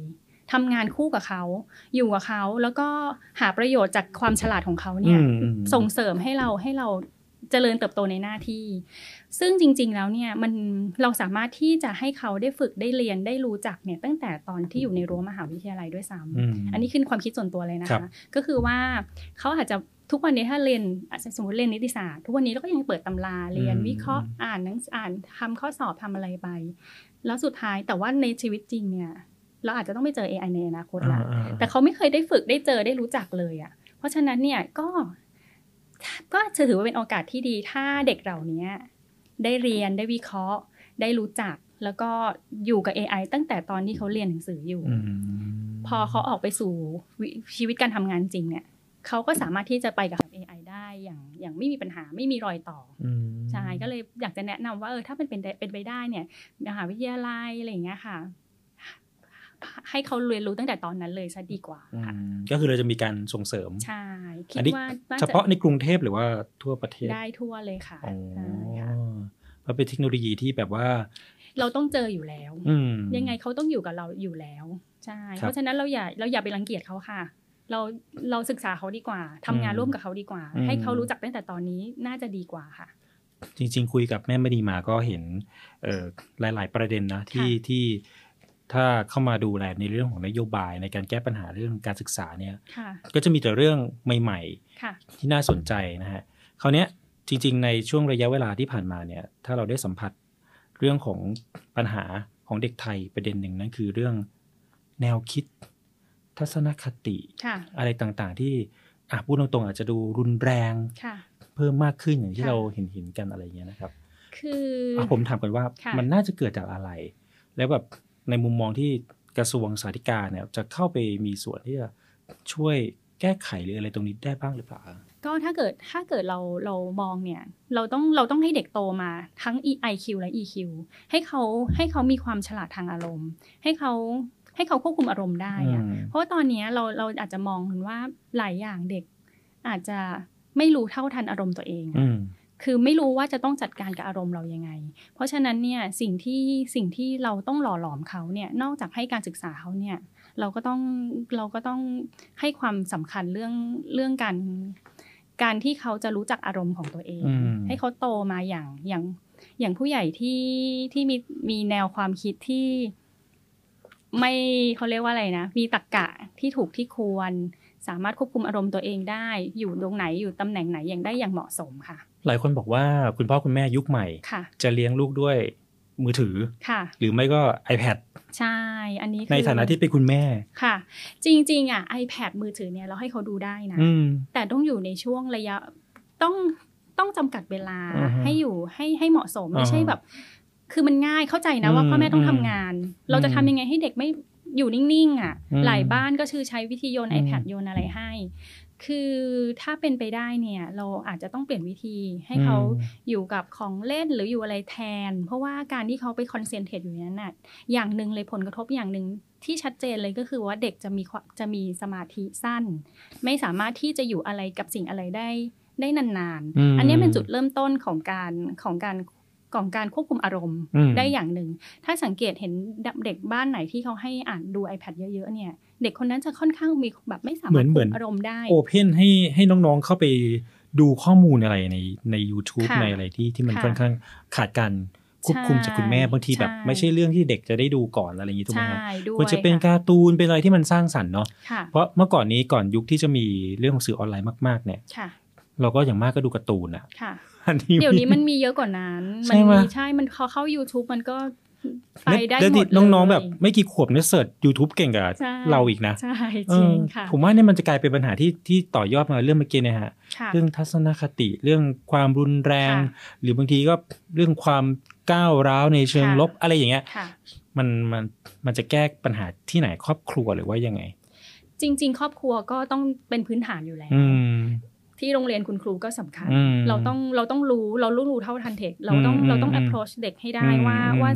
ทำงานคู่กับเขาอยู่กับเขาแล้วก็หาประโยชน์จากความฉลาดของเขาเนี่ยส่งเสริมให้เราเจริญเติบโตในหน้าที่ซึ่งจริงๆแล้วเนี่ยเราสามารถที่จะให้เขาได้ฝึกได้เรียนได้รู้จักเนี่ยตั้งแต่ตอนที่อยู่ในรั้วมหาวิทยาลัยด้วยซ้ำอันนี้คือความคิดส่วนตัวเลยนะคะก็คือว่าเขาอาจจะทุกวันนี้ถ้าเรียนสมมติเรียนนิติศาสตร์ทุกวันนี้เราก็ยังเปิดตำราเรียนวิเคราะห์อ่านทำข้อสอบทำอะไรไปแล้วสุดท้ายแต่ว่าในชีวิตจริงเนี่ยเราอาจจะต้องไปเจอ AI ในอนาคตละแต่เขาไม่เคยได้ฝึกได้เจอได้รู้จักเลยอ่ะเพราะฉะนั้นเนี่ยก็ถือว่าเป็นโอกาสที่ดีถ้าเด็กเหล่านี้ได้เรียนได้วิเคราะห์ได้รู้จักแล้วก็อยู่กับ AI ตั้งแต่ตอนที่เขาเรียนหนังสืออยู่พอเขาออกไปสู่ชีวิตการทำงานจริงเนี่ยเขาก็สามารถที่จะไปกับ AI ได้อย่างไม่มีปัญหาไม่มีรอยต่อใช่ก็เลยอยากจะแนะนำว่าถ้าเป็นไปได้เนี่ยมหาวิทยาลัยอะไรอย่างเงี้ยค่ะให้เขาเรียนรู้ตั้งแต่ตอนนั้นเลยซะดีกว่าค่ะก็คือเราจะมีการส่งเสริมใช่คิดว่าเฉพาะในกรุงเทพหรือว่าทั่วประเทศได้ทั่วเลยค่ะเพราะเป็นเทคโนโลยีที่แบบว่าเราต้องเจออยู่แล้วยังไงเขาต้องอยู่กับเราอยู่แล้วใช่เพราะฉะนั้นเราอย่าไปรังเกียจเขาค่ะเราศึกษาเขาดีกว่าทำงานร่วมกับเขาดีกว่าให้เขารู้จักตั้งแต่ตอนนี้น่าจะดีกว่าค่ะจริงๆคุยกับแม่มณีมาก็เห็นหลายๆประเด็นนะที่ถ้าเข้ามาดูแลในเรื่องของนโยบายในการแก้ปัญหาเรื่องการศึกษาเนี่ยก็จะมีแต่เรื่องใหม่ๆที่น่าสนใจนะฮะคราวนี้จริงๆในช่วงระยะเวลาที่ผ่านมาเนี่ยถ้าเราได้สัมผัสเรื่องของปัญหาของเด็กไทยประเด็นหนึ่งนั่นคือเรื่องแนวคิดทัศนคติอะไรต่างๆที่พูดตรงๆอาจจะดูรุนแรงเพิ่มมากขึ้นอย่างที่เราเห็นกันอะไรเงี้ยนะครับคือผมถามกันว่ามันน่าจะเกิดจากอะไรแล้วแบบในมุมมองที่กระทรวงสาธารณสุขเนี่ยจะเข้าไปมีส่วนที่จะช่วยแก้ไขหรืออะไรตรงนี้ได้บ้างหรือเปล่าก็ถ้าเกิดเรามองเนี่ยเราต้องให้เด็กโตมาทั้ง IQ และ EQ ให้เขามีความฉลาดทางอารมณ์ให้เขาควบคุมอารมณ์ได้อะเพราะว่าตอนนี้เราอาจจะมองเห็นว่าหลายอย่างเด็กอาจจะไม่รู้เท่าทันอารมณ์ตัวเองคือไม่รู้ว่าจะต้องจัดการกับอารมณ์เรายังไงเพราะฉะนั้นเนี่ยสิ่งที่เราต้องหล่อหลอมเขาเนี่ยนอกจากให้การศึกษาเขาเนี่ยเราก็ต้องให้ความสำคัญเรื่องการที่เขาจะรู้จักอารมณ์ของตัวเองให้เขาโตมาอย่างผู้ใหญ่ที่มีแนวความคิดที่ไม่เขาเรียกว่าอะไรนะมีตรรกะที่ถูกที่ควรสามารถควบคุมอารมณ์ตัวเองได้อยู่ตรงไหนอยู่ตำแหน่งไหนอย่างได้อย่างเหมาะสมค่ะหลายคนบอกว่าคุณพ่อคุณแม่ยุคใหม่จะเลี้ยงลูกด้วยมือถือหรือไม่ก็ iPad ใช่อันนี้ในฐานะที่เป็นคุณแม่ค่ะจริงๆiPad มือถือเนี่ยเราให้เขาดูได้นะแต่ต้องอยู่ในช่วงระยะต้องจำกัดเวลาให้อยู่ให้เหมาะสมไม่ใช่แบบคือมันง่ายเข้าใจนะว่าพ่อแม่ต้องทำงานเราจะทำยังไงให้เด็กไม่อยู่นิ่งๆหลายบ้านก็คือใช้วิธีโยน iPad โยนอะไรให้คือถ้าเป็นไปได้เนี่ยเราอาจจะต้องเปลี่ยนวิธีให้เขาอยู่กับของเล่นหรืออยู่อะไรแทนเพราะว่าการที่เขาไปคอนเซนเทรตอยู่นั้นน่ะอย่างนึงเลยผลกระทบอย่างนึงที่ชัดเจนเลยก็คือว่าเด็กจะมีสมาธิสั้นไม่สามารถที่จะอยู่อะไรกับสิ่งอะไรได้นานๆอันนี้เป็นจุดเริ่มต้นของการควบคุมอารมณ์ได้อย่างหนึ่งถ้าสังเกตเห็นเด็กบ้านไหนที่เขาให้อ่านดู iPad เยอะๆเนี่ยเด็กคนนั้นจะค่อนข้างมีแบบไม่สามารถควบคุมอารมณ์ได้โอเพนให้น้องๆเข้าไปดูข้อมูลอะไรใน YouTube ในอะไรที่มันค่อนข้างขาดการควบคุมจากคุณแม่บางทีแบบไม่ใช่เรื่องที่เด็กจะได้ดูก่อนอะไรอย่างนี้ถูกไหมครับควรจะเป็นการ์ตูนเป็นอะไรที่มันสร้างสรรค์เนาะเพราะเมื่อก่อนยุคที่จะมีเรื่องของสื่อออนไลน์มากๆเนี่ยเราก็อย่างมากก็ดูการ์ตูนอ่ะเดี๋ยวนี้มันมีเยอะกว่านั้นใช่มันเข้า YouTube มันก็ไปได้หมดเลยน้องๆแบบไม่กี่ขวบเนี่ยเสิร์ช YouTube เก่งกว่าเราอีกนะใช่จริงค่ะผมว่าเนี่ยมันจะกลายเป็นปัญหาที่ต่อยอดมาเรื่องเมื่อกี้เนี่ยฮะเรื่องทัศนคติเรื่องความรุนแรงหรือบางทีก็เรื่องความก้าวร้าวในเชิงลบอะไรอย่างเงี้ยมันจะแก้ปัญหาที่ไหนครอบครัวหรือว่ายังไงจริงๆครอบครัวก็ต้องเป็นพื้นฐานอยู่แล้วที่โรงเรียนคุณครูก็สำคัญเราต้องรู้เท่าทันเทคเราต้อง approach เด็กให้ได้ว่า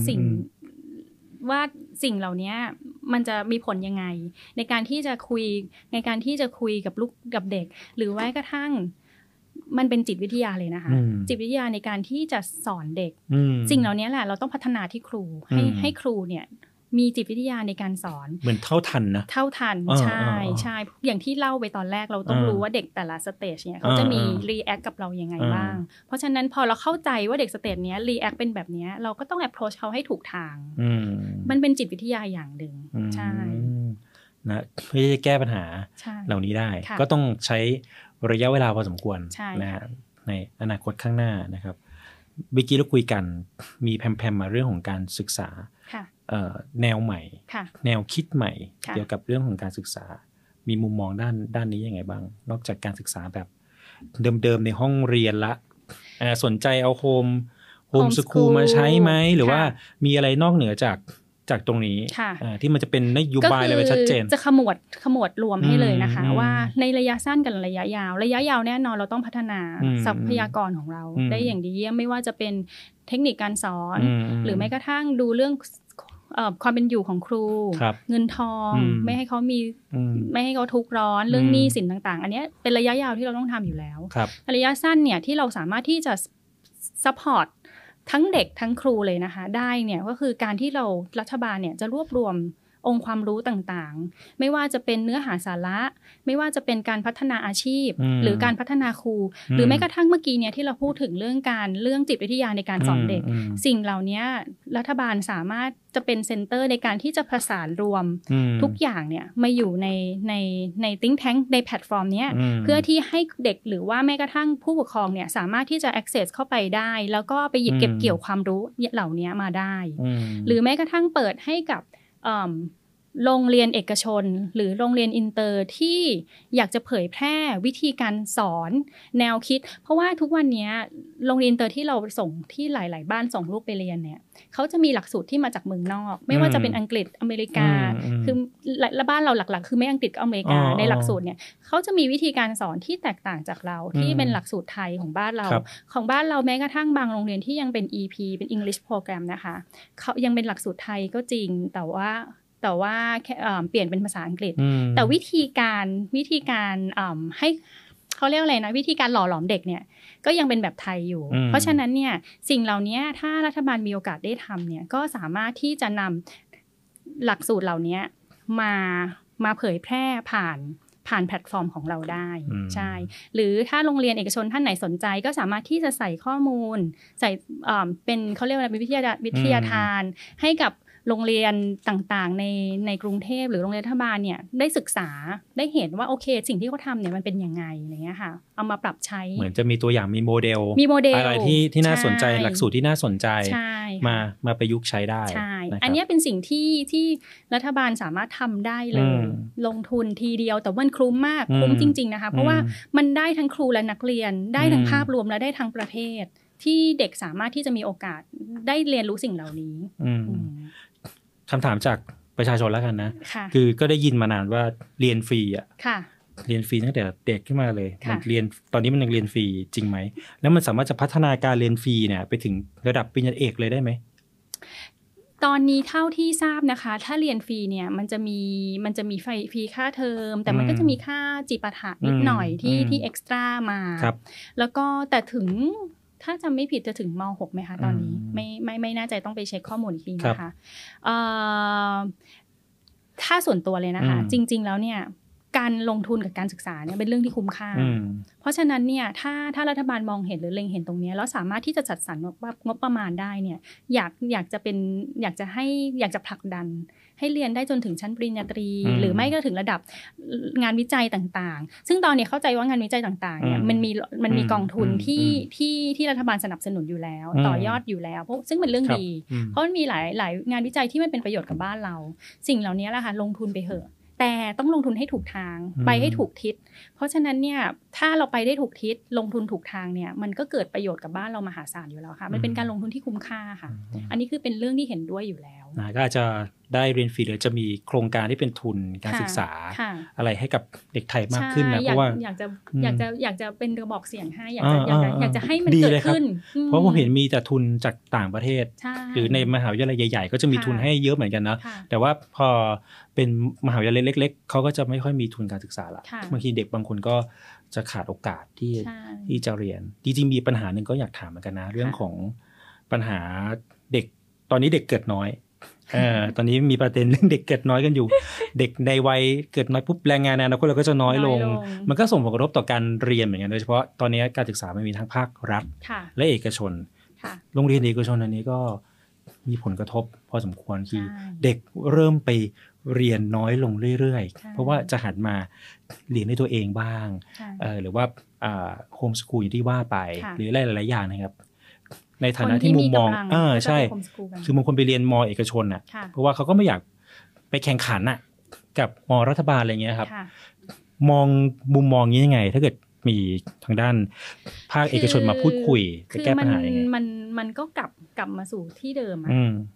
สิ่งเหล่านี้มันจะมีผลยังไงในการที่จะคุยกับลูกกับเด็กหรือแม้กระทั่งมันเป็นจิตวิทยาเลยนะคะจิตวิทยาในการที่จะสอนเด็กสิ่งเหล่านี้แหละเราต้องพัฒนาที่ครูให้ครูเนี่ยมีจิตวิทยาในการสอนเหมือนเท่าทันนะเท่าทันใช่ใช่อย่างที่เล่าไปตอนแรกเราต้องรู้ว่าเด็กแต่ละสเตจเนี่ยเขาจะมีรีแอคกับเรายังไงบ้างเพราะฉะนั้นพอเราเข้าใจว่าเด็กสเตจเนี้ยรีแอคเป็นแบบนี้เราก็ต้อง approach เขาให้ถูกทางมันเป็นจิตวิทยาอย่างหนึ่งใช่นะเพื่อจะแก้ปัญหาเหล่านี้ได้ก็ต้องใช้ระยะเวลาพอสมควรนะฮะในอนาคตข้างหน้านะครับเมื่อกี้เราคุยกันมีแพมๆมาเรื่องของการศึกษาแนวใหม่แนวคิดใหม่เกี่ยวกับเรื่องของการศึกษามีมุมมองด้านนี้ยังไงบ้างนอกจากการศึกษาแบบเดิมๆในห้องเรียนละสนใจเอาโฮมสคูลมาใช้ไหมหรือว่ามีอะไรนอกเหนือจากตรงนี้ที่มันจะเป็นนโยบายอะไรชัดเจนจะขมวดรวมให้เลยนะคะว่าในระยะสั้นกับระยะยาวแน่นอนเราต้องพัฒนาทรัพยากรของเราได้อย่างดีเยี่ยมไม่ว่าจะเป็นเทคนิคการสอนหรือแม้กระทั่งดูเรื่องความเป็นอยู่ของครูเงินทองไม่ให้เขาทุกข์ร้อนเรื่องหนี้สินต่างๆอันนี้เป็นระยะยาวที่เราต้องทำอยู่แล้วระยะสั้นเนี่ยที่เราสามารถที่จะซัพพอร์ตทั้งเด็กทั้งครูเลยนะคะได้เนี่ยก็คือการที่เรารัฐบาลเนี่ยจะรวบรวมองค์ความรู้ต่างๆไม่ว่าจะเป็นเนื้อหาสาระไม่ว่าจะเป็นการพัฒนาอาชีพหรือการพัฒนาครูหรือแม้กระทั่งเมื่อกี้เนี่ยที่เราพูดถึงเรื่องจิตวิทยาในการสอนเด็กสิ่งเหล่านี้รัฐบาลสามารถจะเป็นเซ็นเตอร์ในการที่จะประสานรวมทุกอย่างเนี่ยมาอยู่ใน think tank ในแพลตฟอร์มนี้เพื่อที่ให้เด็กหรือว่าแม้กระทั่งผู้ปกครองเนี่ยสามารถที่จะ access เข้าไปได้แล้วก็ไปหยิบเก็บเกี่ยวความรู้เหล่านี้มาได้หรือแม้กระทั่งเปิดให้กับโรงเรียนเอกชนหรือโรงเรียนอินเตอร์ที่อยากจะเผยแพร่วิธีการสอนแนวคิดเพราะว่าทุกวันนี้โรงเรียนอินเตอร์ที่เราส่งที่หลายๆบ้านส่งลูกไปเรียนเนี่ยเขาจะมีหลักสูตรที่มาจากเมืองนอกไม่ว่าจะเป็นอังกฤษอเมริกาคือและบ้านเราหลักๆคือไม่อังกฤษก็อเมริกาในหลักสูตรเนี่ยเขาจะมีวิธีการสอนที่แตกต่างจากเราที่เป็นหลักสูตรไทยของบ้านเราแม้กระทั่งบางโรงเรียนที่ยังเป็น EP เป็น English Program นะคะเขายังเป็นหลักสูตรไทยก็จริงแต่ว่าเปลี่ยนเป็นภาษาอังกฤษแต่วิธีการให้เขาเรียกอะไรนะวิธีการหล่อหลอมเด็กเนี่ยก็ยังเป็นแบบไทยอยู่เพราะฉะนั้นเนี่ยสิ่งเหล่านี้ถ้ารัฐบาลมีโอกาสได้ทำเนี่ยก็สามารถที่จะนำหลักสูตรเหล่านี้มาเผยแพร่ผ่านแพลตฟอร์มของเราได้ใช่หรือถ้าโรงเรียนเอกชนท่านไหนสนใจก็สามารถที่จะใส่ข้อมูลใส่เป็นเขาเรียกว่าวิทยาทานให้กับโรงเรียนต่างๆในกรุงเทพหรือโรงเรียนรัฐบาลเนี่ยได้ศึกษาได้เห็นว่าโอเคสิ่งที่เขาทำเนี่ยมันเป็นยังไงอะไรเงี้ยค่ะเอามาปรับใช้เหมือนจะมีตัวอย่างมีโมเดลอะไรที่น่าสนใจหลักสูตรที่น่าสนใจมาประยุกต์ใช้ได้อันนี้เป็นสิ่งที่รัฐบาลสามารถทำได้เลยลงทุนทีเดียวแต่มันคุ้มมากคุ้มจริงๆนะคะเพราะว่ามันได้ทั้งครูและนักเรียนได้ทั้งภาพรวมและได้ทั้งประเทศที่เด็กสามารถที่จะมีโอกาสได้เรียนรู้สิ่งเหล่านี้คำถามจากประชาชนแล้วกันนะคือก็ได้ยินมานานว่าเรียนฟรีอ่ะเรียนฟรีตั้งแต่เด็กขึ้นมาเลยมันเรียนตอนนี้มันยังเรียนฟรีจริงไหมแล้วมันสามารถจะพัฒนาการเรียนฟรีเนี่ยไปถึงระดับปริญญาเอกเลยได้ไหมตอนนี้เท่าที่ทราบนะคะถ้าเรียนฟรีเนี่ยมันจะมีฟรีค่าเทอมแต่มันก็จะมีค่าจิปาถะนิดหน่อยที่เอ็กซ์ตร้ามาแล้วก็แต่ถึงถ้าจำไม่ผิดจะถึงม.6 ไหมคะตอนนี้ไม่แน่ใจต้องไปเช็คข้อมูลอีกทีนะคะถ้าส่วนตัวเลยนะคะจริงๆแล้วเนี่ยการลงทุนกับการศึกษาเนี่ยเป็นเรื่องที่คุ้มค่าเพราะฉะนั้นเนี่ยถ้ารัฐบาลมองเห็นหรือเล็งเห็นตรงนี้แล้วสามารถที่จะจัดสรรงบประมาณได้เนี่ยอยากจะผลักดันให้เรียนได้จนถึงชั้นปริญญาตรีหรือไม่ก็ถึงระดับงานวิจัยต่างๆซึ่งตอนนี้เข้าใจว่างานวิจัยต่างๆเนี่ยมันมีกองทุนที่รัฐบาลสนับสนุนอยู่แล้วต่อยอดอยู่แล้วซึ่งเป็นเรื่องดีเพราะมันมีหลายงานวิจัยที่มันเป็นประโยชน์กับบ้านเราสิ่งเหล่านี้แหละค่ะลงทุนไปเถอะแต่ต้องลงทุนให้ถูกทางไปให้ถูกทิศเพราะฉะนั้นเนี่ยถ้าเราไปได้ถูกทิศลงทุนถูกทางเนี่ยมันก็เกิดประโยชน์กับบ้านเรามหาศาลอยู่แล้วค่ะมันเป็นการลงทุนที่คุ้มค่าค่ะอันนี้คือเป็นเรื่องที่เห็นด้วยอยู่แล้วก็อาจจะได้เรียนฟรีหรือจะมีโครงการที่เป็นทุนการศึกษาอะไรให้กับเด็กไทยมากขึ้นนะเพราะว่าอยากจะเป็นกระบอกเสียงให้อยากจะให้มันเกิดขึ้นเพราะผมเห็นมีแต่ทุนจากต่างประเทศหรือในมหาวิทยาลัยใหญ่ๆก็จะมีทุนให้เยอะเหมือนกันนะแต่ว่าพอเป็นมหาวิทยาลัยเล็กๆเขาก็จะไม่ค่อยมีทุนการศึกษาละบางทีเด็กบางคนก็จะขาดโอกาสที่จะเรียนจริงๆมีปัญหาหนึ่งก็อยากถามเหมือนกันนะเรื่องของปัญหาเด็กตอนนี้เด็กเกิดน้อยตอนนี้มีประเด็นเรื่องเด็กเกิดน้อยกันอยู่ เด็กในวัยเกิดน้อยปุ๊บแรงงานในอนาคตเราก็จะน้อยลงมันก็ส่งผลกระทบต่อการเรียนเหมือนกันโดยเฉพาะตอนนี้การศึกษามันมีทั้งภาครัฐและเอกชนโรงเรียนเอกชนอันนี้ก็มีผลกระทบพอสมควรคือเด็กเริ่มไปเรียนน้อยลงเรื่อยๆเพราะว่าจะหันมาเรียนด้วยตัวเองบ้างหรือว่าโฮมสคูลอย่างที่ว่าไปหรือหลายๆอย่างนะครับในฐานะที่มุมมองใช่คือบางคนไปเรียนมเอกชนอ่ะเพราะว่าเขาก็ไม่อยากไปแข่งขันน่ะกับมรัฐบาลอะไรเงี้ยครับมองมุมมองนี้ยังไงถ้าเกิดมีทางด้านภาคเอกชนมาพูดคุยจะแก้ปัญหายังไงมันก็กลับมาสู่ที่เดิม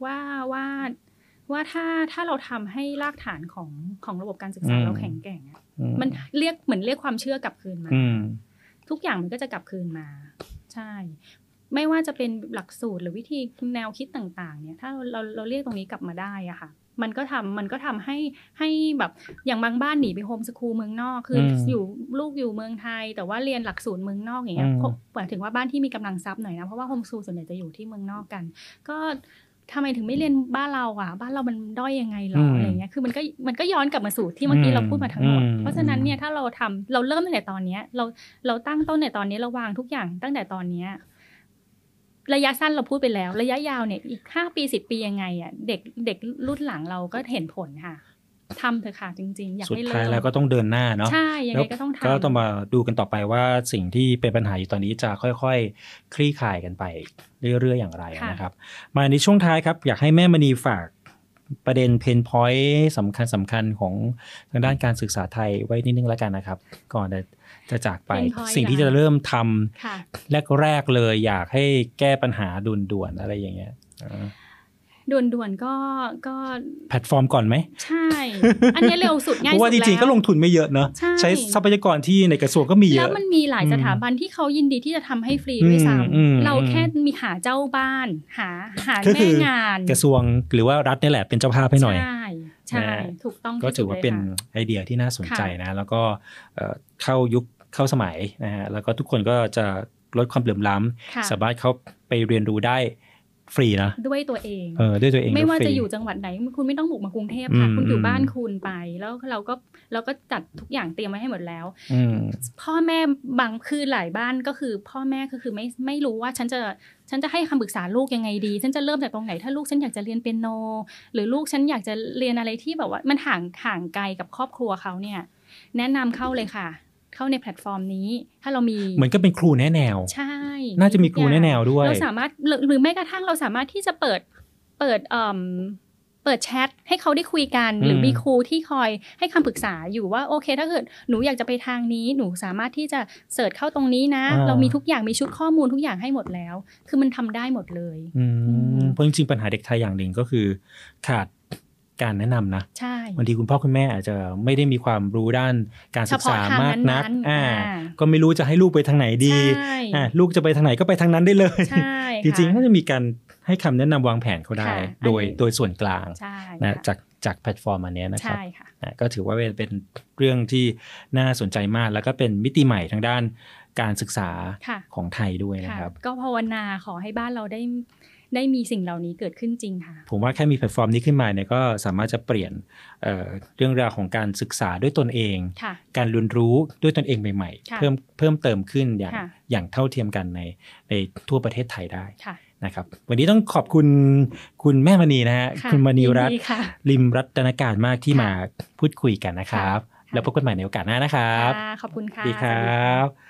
ว่าถ้าเราทำให้รากฐานของระบบการศึกษาเราแข็งแกร่งมันเรียกความเชื่อกลับคืนมาทุกอย่างมันก็จะกลับคืนมาใช่ไม่ว่าจะเป็นหลักสูตรหรือวิธีแนวคิดต่างๆเนี่ยถ้าเราเรียกตรงนี้กลับมาได้อะค่ะมันก็ทำให้แบบอย่างบางบ้านหนีไปโฮมสคูลเมืองนอกคืออยู่ลูกอยู่เมืองไทยแต่ว่าเรียนหลักสูตรเมืองนอกอย่างเงี้ยหมายถึงว่าบ้านที่มีกำลังทรัพย์หน่อยนะเพราะว่าโฮมสคูลส่วนใหญ่จะอยู่ที่เมืองนอกกันก็ทำไมถึงไม่เรียนบ้านเราอ่ะบ้านเรามันด้อยยังไงหรออะไรเงี้ยคือมันก็ย้อนกลับมาสู่ที่เมื่อกี้เราพูดมาทั้งหมดเพราะฉะนั้นเนี่ยถ้าเราเริ่มตั้งแต่ตอนนี้เราตั้งต้นในตอนนี้เราวางทุกอย่างตั้งแต่ตอนนี้ระยะสั้นเราพูดไปแล้วระยะยาวเนี่ยอีก5ปี10ปียังไงอ่ะเด็กรุ่นหลังเราก็เห็นผลค่ะทำเถอะค่ะจริงๆอยากให้เริ่มสุดท้ายแล้วก็ต้องเดินหน้าเนาะใช่ยังไงก็ต้องทำก็ต้องมาดูกันต่อไปว่าสิ่งที่เป็นปัญหาอยู่ตอนนี้จะค่อยๆคลี่คลายกันไปเรื่อยๆอย่างไรนะครับมาในช่วงท้ายครับอยากให้แม่มณีฝากประเด็นเพนพอยต์สำคัญของทางด้านการศึกษาไทยไว้นิดนึงแล้วกันนะครับก่อนจะจากไปสิ่งที่จะเริ่มทำแรกๆเลยอยากให้แก้ปัญหาด่วนๆอะไรอย่างเงี้ยด่วนๆก็แพลตฟอร์มก่อนไหมใช่อันนี้เร็วสุดง่ายสุดแล้วเพราะว่าจริงๆก็ลงทุนไม่เยอะเนาะใช้ทรัพยากรที่ในกระทรวงก็มีเยอะแล้วมันมีหลายสถาบันที่เขายินดีที่จะทำให้ฟรีด้วยซ้ำเราแค่มีหาเจ้าบ้านหาแม่งานกระทรวงหรือว่ารัฐนี่แหละเป็นเจ้าภาพให้หน่อยใช่ถูกต้องก็ถือว่าเป็นไอเดียที่น่าสนใจนะแล้วก็เข้ายุคเข้าสมัยนะฮะแล้วก็ทุกคนก็จะลดความเหลื่อมล้ำสามารถเข้าไปเรียนรู้ได้ฟรีนะด้วยตัวเองด้วยตัวเองไม่ว่าจะอยู่จังหวัดไหนคุณไม่ต้องบุกมากรุงเทพค่ะคุณอยู่บ้านคุณไปแล้วเราก็จัดทุกอย่างเตรียมไว้ให้หมดแล้วพ่อแม่บางคือหลายบ้านก็คือพ่อแม่ก็คือไม่รู้ว่าฉันจะให้คำปรึกษาลูกยังไงดีฉันจะเริ่มจากตรงไหนถ้าลูกฉันอยากจะเรียนเปียโนหรือลูกฉันอยากจะเรียนอะไรที่แบบว่ามันห่างไกลกับครอบครัวเขาเนี่ยแนะนำเข้าเลยค่ะเข้าในแพลตฟอร์มนี้ถ้าเรามีเหมือนก็เป็นครูแนะแนวใช่น่าจะมีครูแนะแนวด้วยเราสามารถหรือแม้กระทั่งเราสามารถที่จะเปิดแชทให้เขาได้คุยกันหรือมีครูที่คอยให้คำปรึกษาอยู่ว่าโอเคถ้าเกิดหนูอยากจะไปทางนี้หนูสามารถที่จะเสิร์ชเข้าตรงนี้นะเรามีทุกอย่างมีชุดข้อมูลทุกอย่างให้หมดแล้วคือมันทำได้หมดเลยเพราะจริงๆปัญหาเด็กไทยอย่างหนึ่งก็คือขาดการแนะนำนะบางทีคุณพ่อคุณแม่อาจจะไม่ได้มีความรู้ด้านการศึกษามากนักก็ไม่รู้จะให้ลูกไปทางไหนดีลูกจะไปทางไหนก็ไปทางนั้นได้เลยจริงๆก็จะมีการให้คำแนะนำวางแผนเขาได้โดยส่วนกลางนะจากแพลตฟอร์มอันนี้นะครับก็ถือว่าเป็นเรื่องที่น่าสนใจมากแล้วก็เป็นมิติใหม่ทางด้านการศึกษาของไทยด้วยนะครับก็ภาวนาขอให้บ้านเราได้มีสิ่งเหล่านี้เกิดขึ้นจริงค่ะผมว่าแค่มีแพลตฟอร์มนี้ขึ้นมาเนี่ยก็สามารถจะเปลี่ยนเรื่องราวของการศึกษาด้วยตนเองการเรียนรู้ด้วยตนเองใหม่ๆเพิ่มเติมขึ้นอย่างเท่าเทียมกันในทั่วประเทศไทยได้นะครับวันนี้ต้องขอบคุณคุณแม่มณีนะฮะคุณมณีรัตน์ลิมรัตนการมากที่มาพูดคุยกันนะครับแล้วพบกันใหม่ในโอกาสหน้านะครับขอบคุณค่ะดีครับ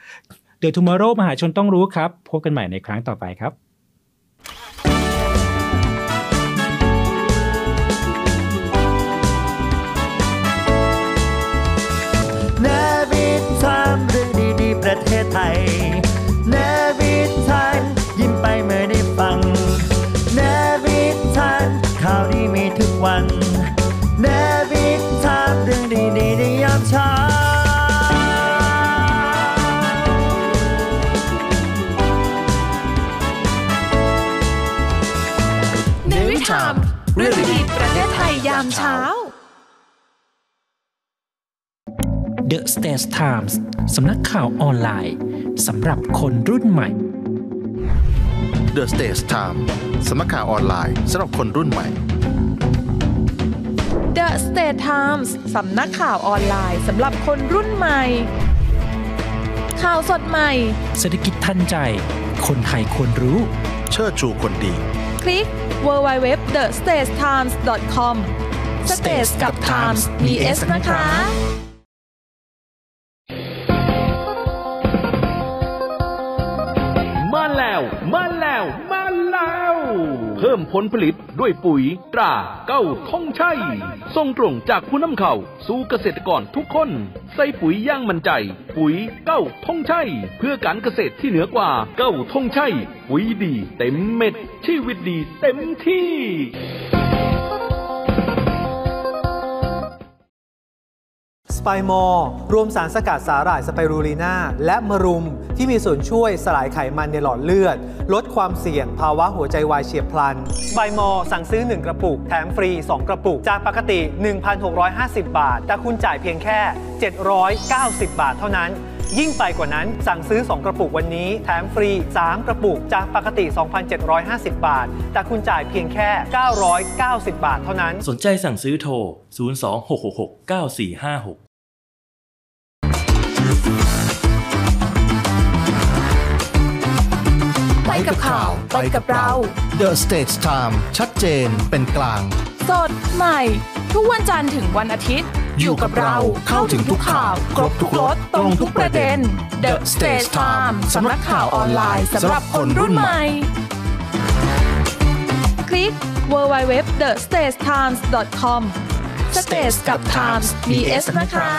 The Tomorrow มหาชนต้องรู้ครับพบกันใหม่ในครั้งต่อไปครับเนวิทามเรื่องดีๆประเทศไทยเนวิทานยิ้มไปเมื่อได้ฟังเนวิทานข่าวดีมีทุกวันเนวิทามเรื่องดีๆในยามเช้าเนวิทามเรื่องดีๆประเทศไทยยามเช้า The States Times สำนักข่าวออนไลน์สำหรับคนรุ่นใหม่ The States Times สำนักข่าวออนไลน์สำหรับคนรุ่นใหม่ The State Times สำนักข่าวออนไลน์สำหรับคนรุ่นใหม่ข่าวสดใหม่เศรษฐกิจทันใจคนไทยควรรู้เชิดชูคนดีคลิก www.thestates.com States กับ Times มี S นะคะมาแล้วเพิ่มผลผลิตด้วยปุ๋ยตราเก้าธงชัยส่งตรงจากผู้นำเข้าสู่เกษตรกรทุกคนใส่ปุ๋ยอย่างมั่นใจปุ๋ยเก้าธงชัยเพื่อการเกษตรที่เหนือกว่าเก้าธงชัยปุ๋ยดีเต็มเม็ดชีวิตดีเต็มที่สไปมอร์รวมสารสกัดสาหร่ายสไปรูลีนาและมะรุมที่มีส่วนช่วยสลายไขมันในหลอดเลือดลดความเสี่ยงภาวะหัวใจวายเฉียบพลันสไปมอร์สั่งซื้อ1กระปุกแถมฟรี2กระปุกจากปกติ 1,650 บาทแต่คุณจ่ายเพียงแค่790 บาทเท่านั้นยิ่งไปกว่านั้นสั่งซื้อ2กระปุกวันนี้แถมฟรี3กระปุกจากปกติ 2,750 บาทแต่คุณจ่ายเพียงแค่990 บาทเท่านั้นสนใจสั่งซื้อโทร026669456 ไปกับข่าวไปกับเรา The State Times ชัดเจนเป็นกลางสดใหม่ทุกวันจันทร์ถึงวันอาทิตย์อยู่กับเราเข้าถึงทุกข่าวครบทุกรสตรงทุกประเด็น The State Times สำนักข่าวออนไลน์สำหรับคนรุ่นใหม่คลิก www.thestates.com States กับ Times มี S นะคะ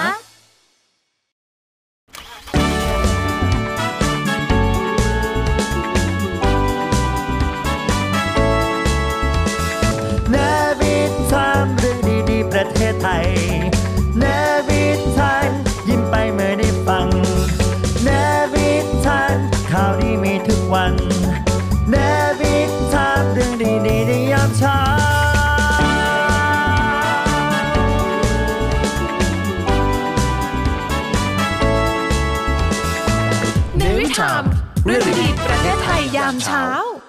ประเทศไทยเนวิทันยิ้มไปเมื่อได้ฟังเนวิทันข่าวดีมีทุกวันเนวิทันเรื่องดีๆในยามเช้าเนวิทันเรื่องดีๆประเทศไทยยามเช้า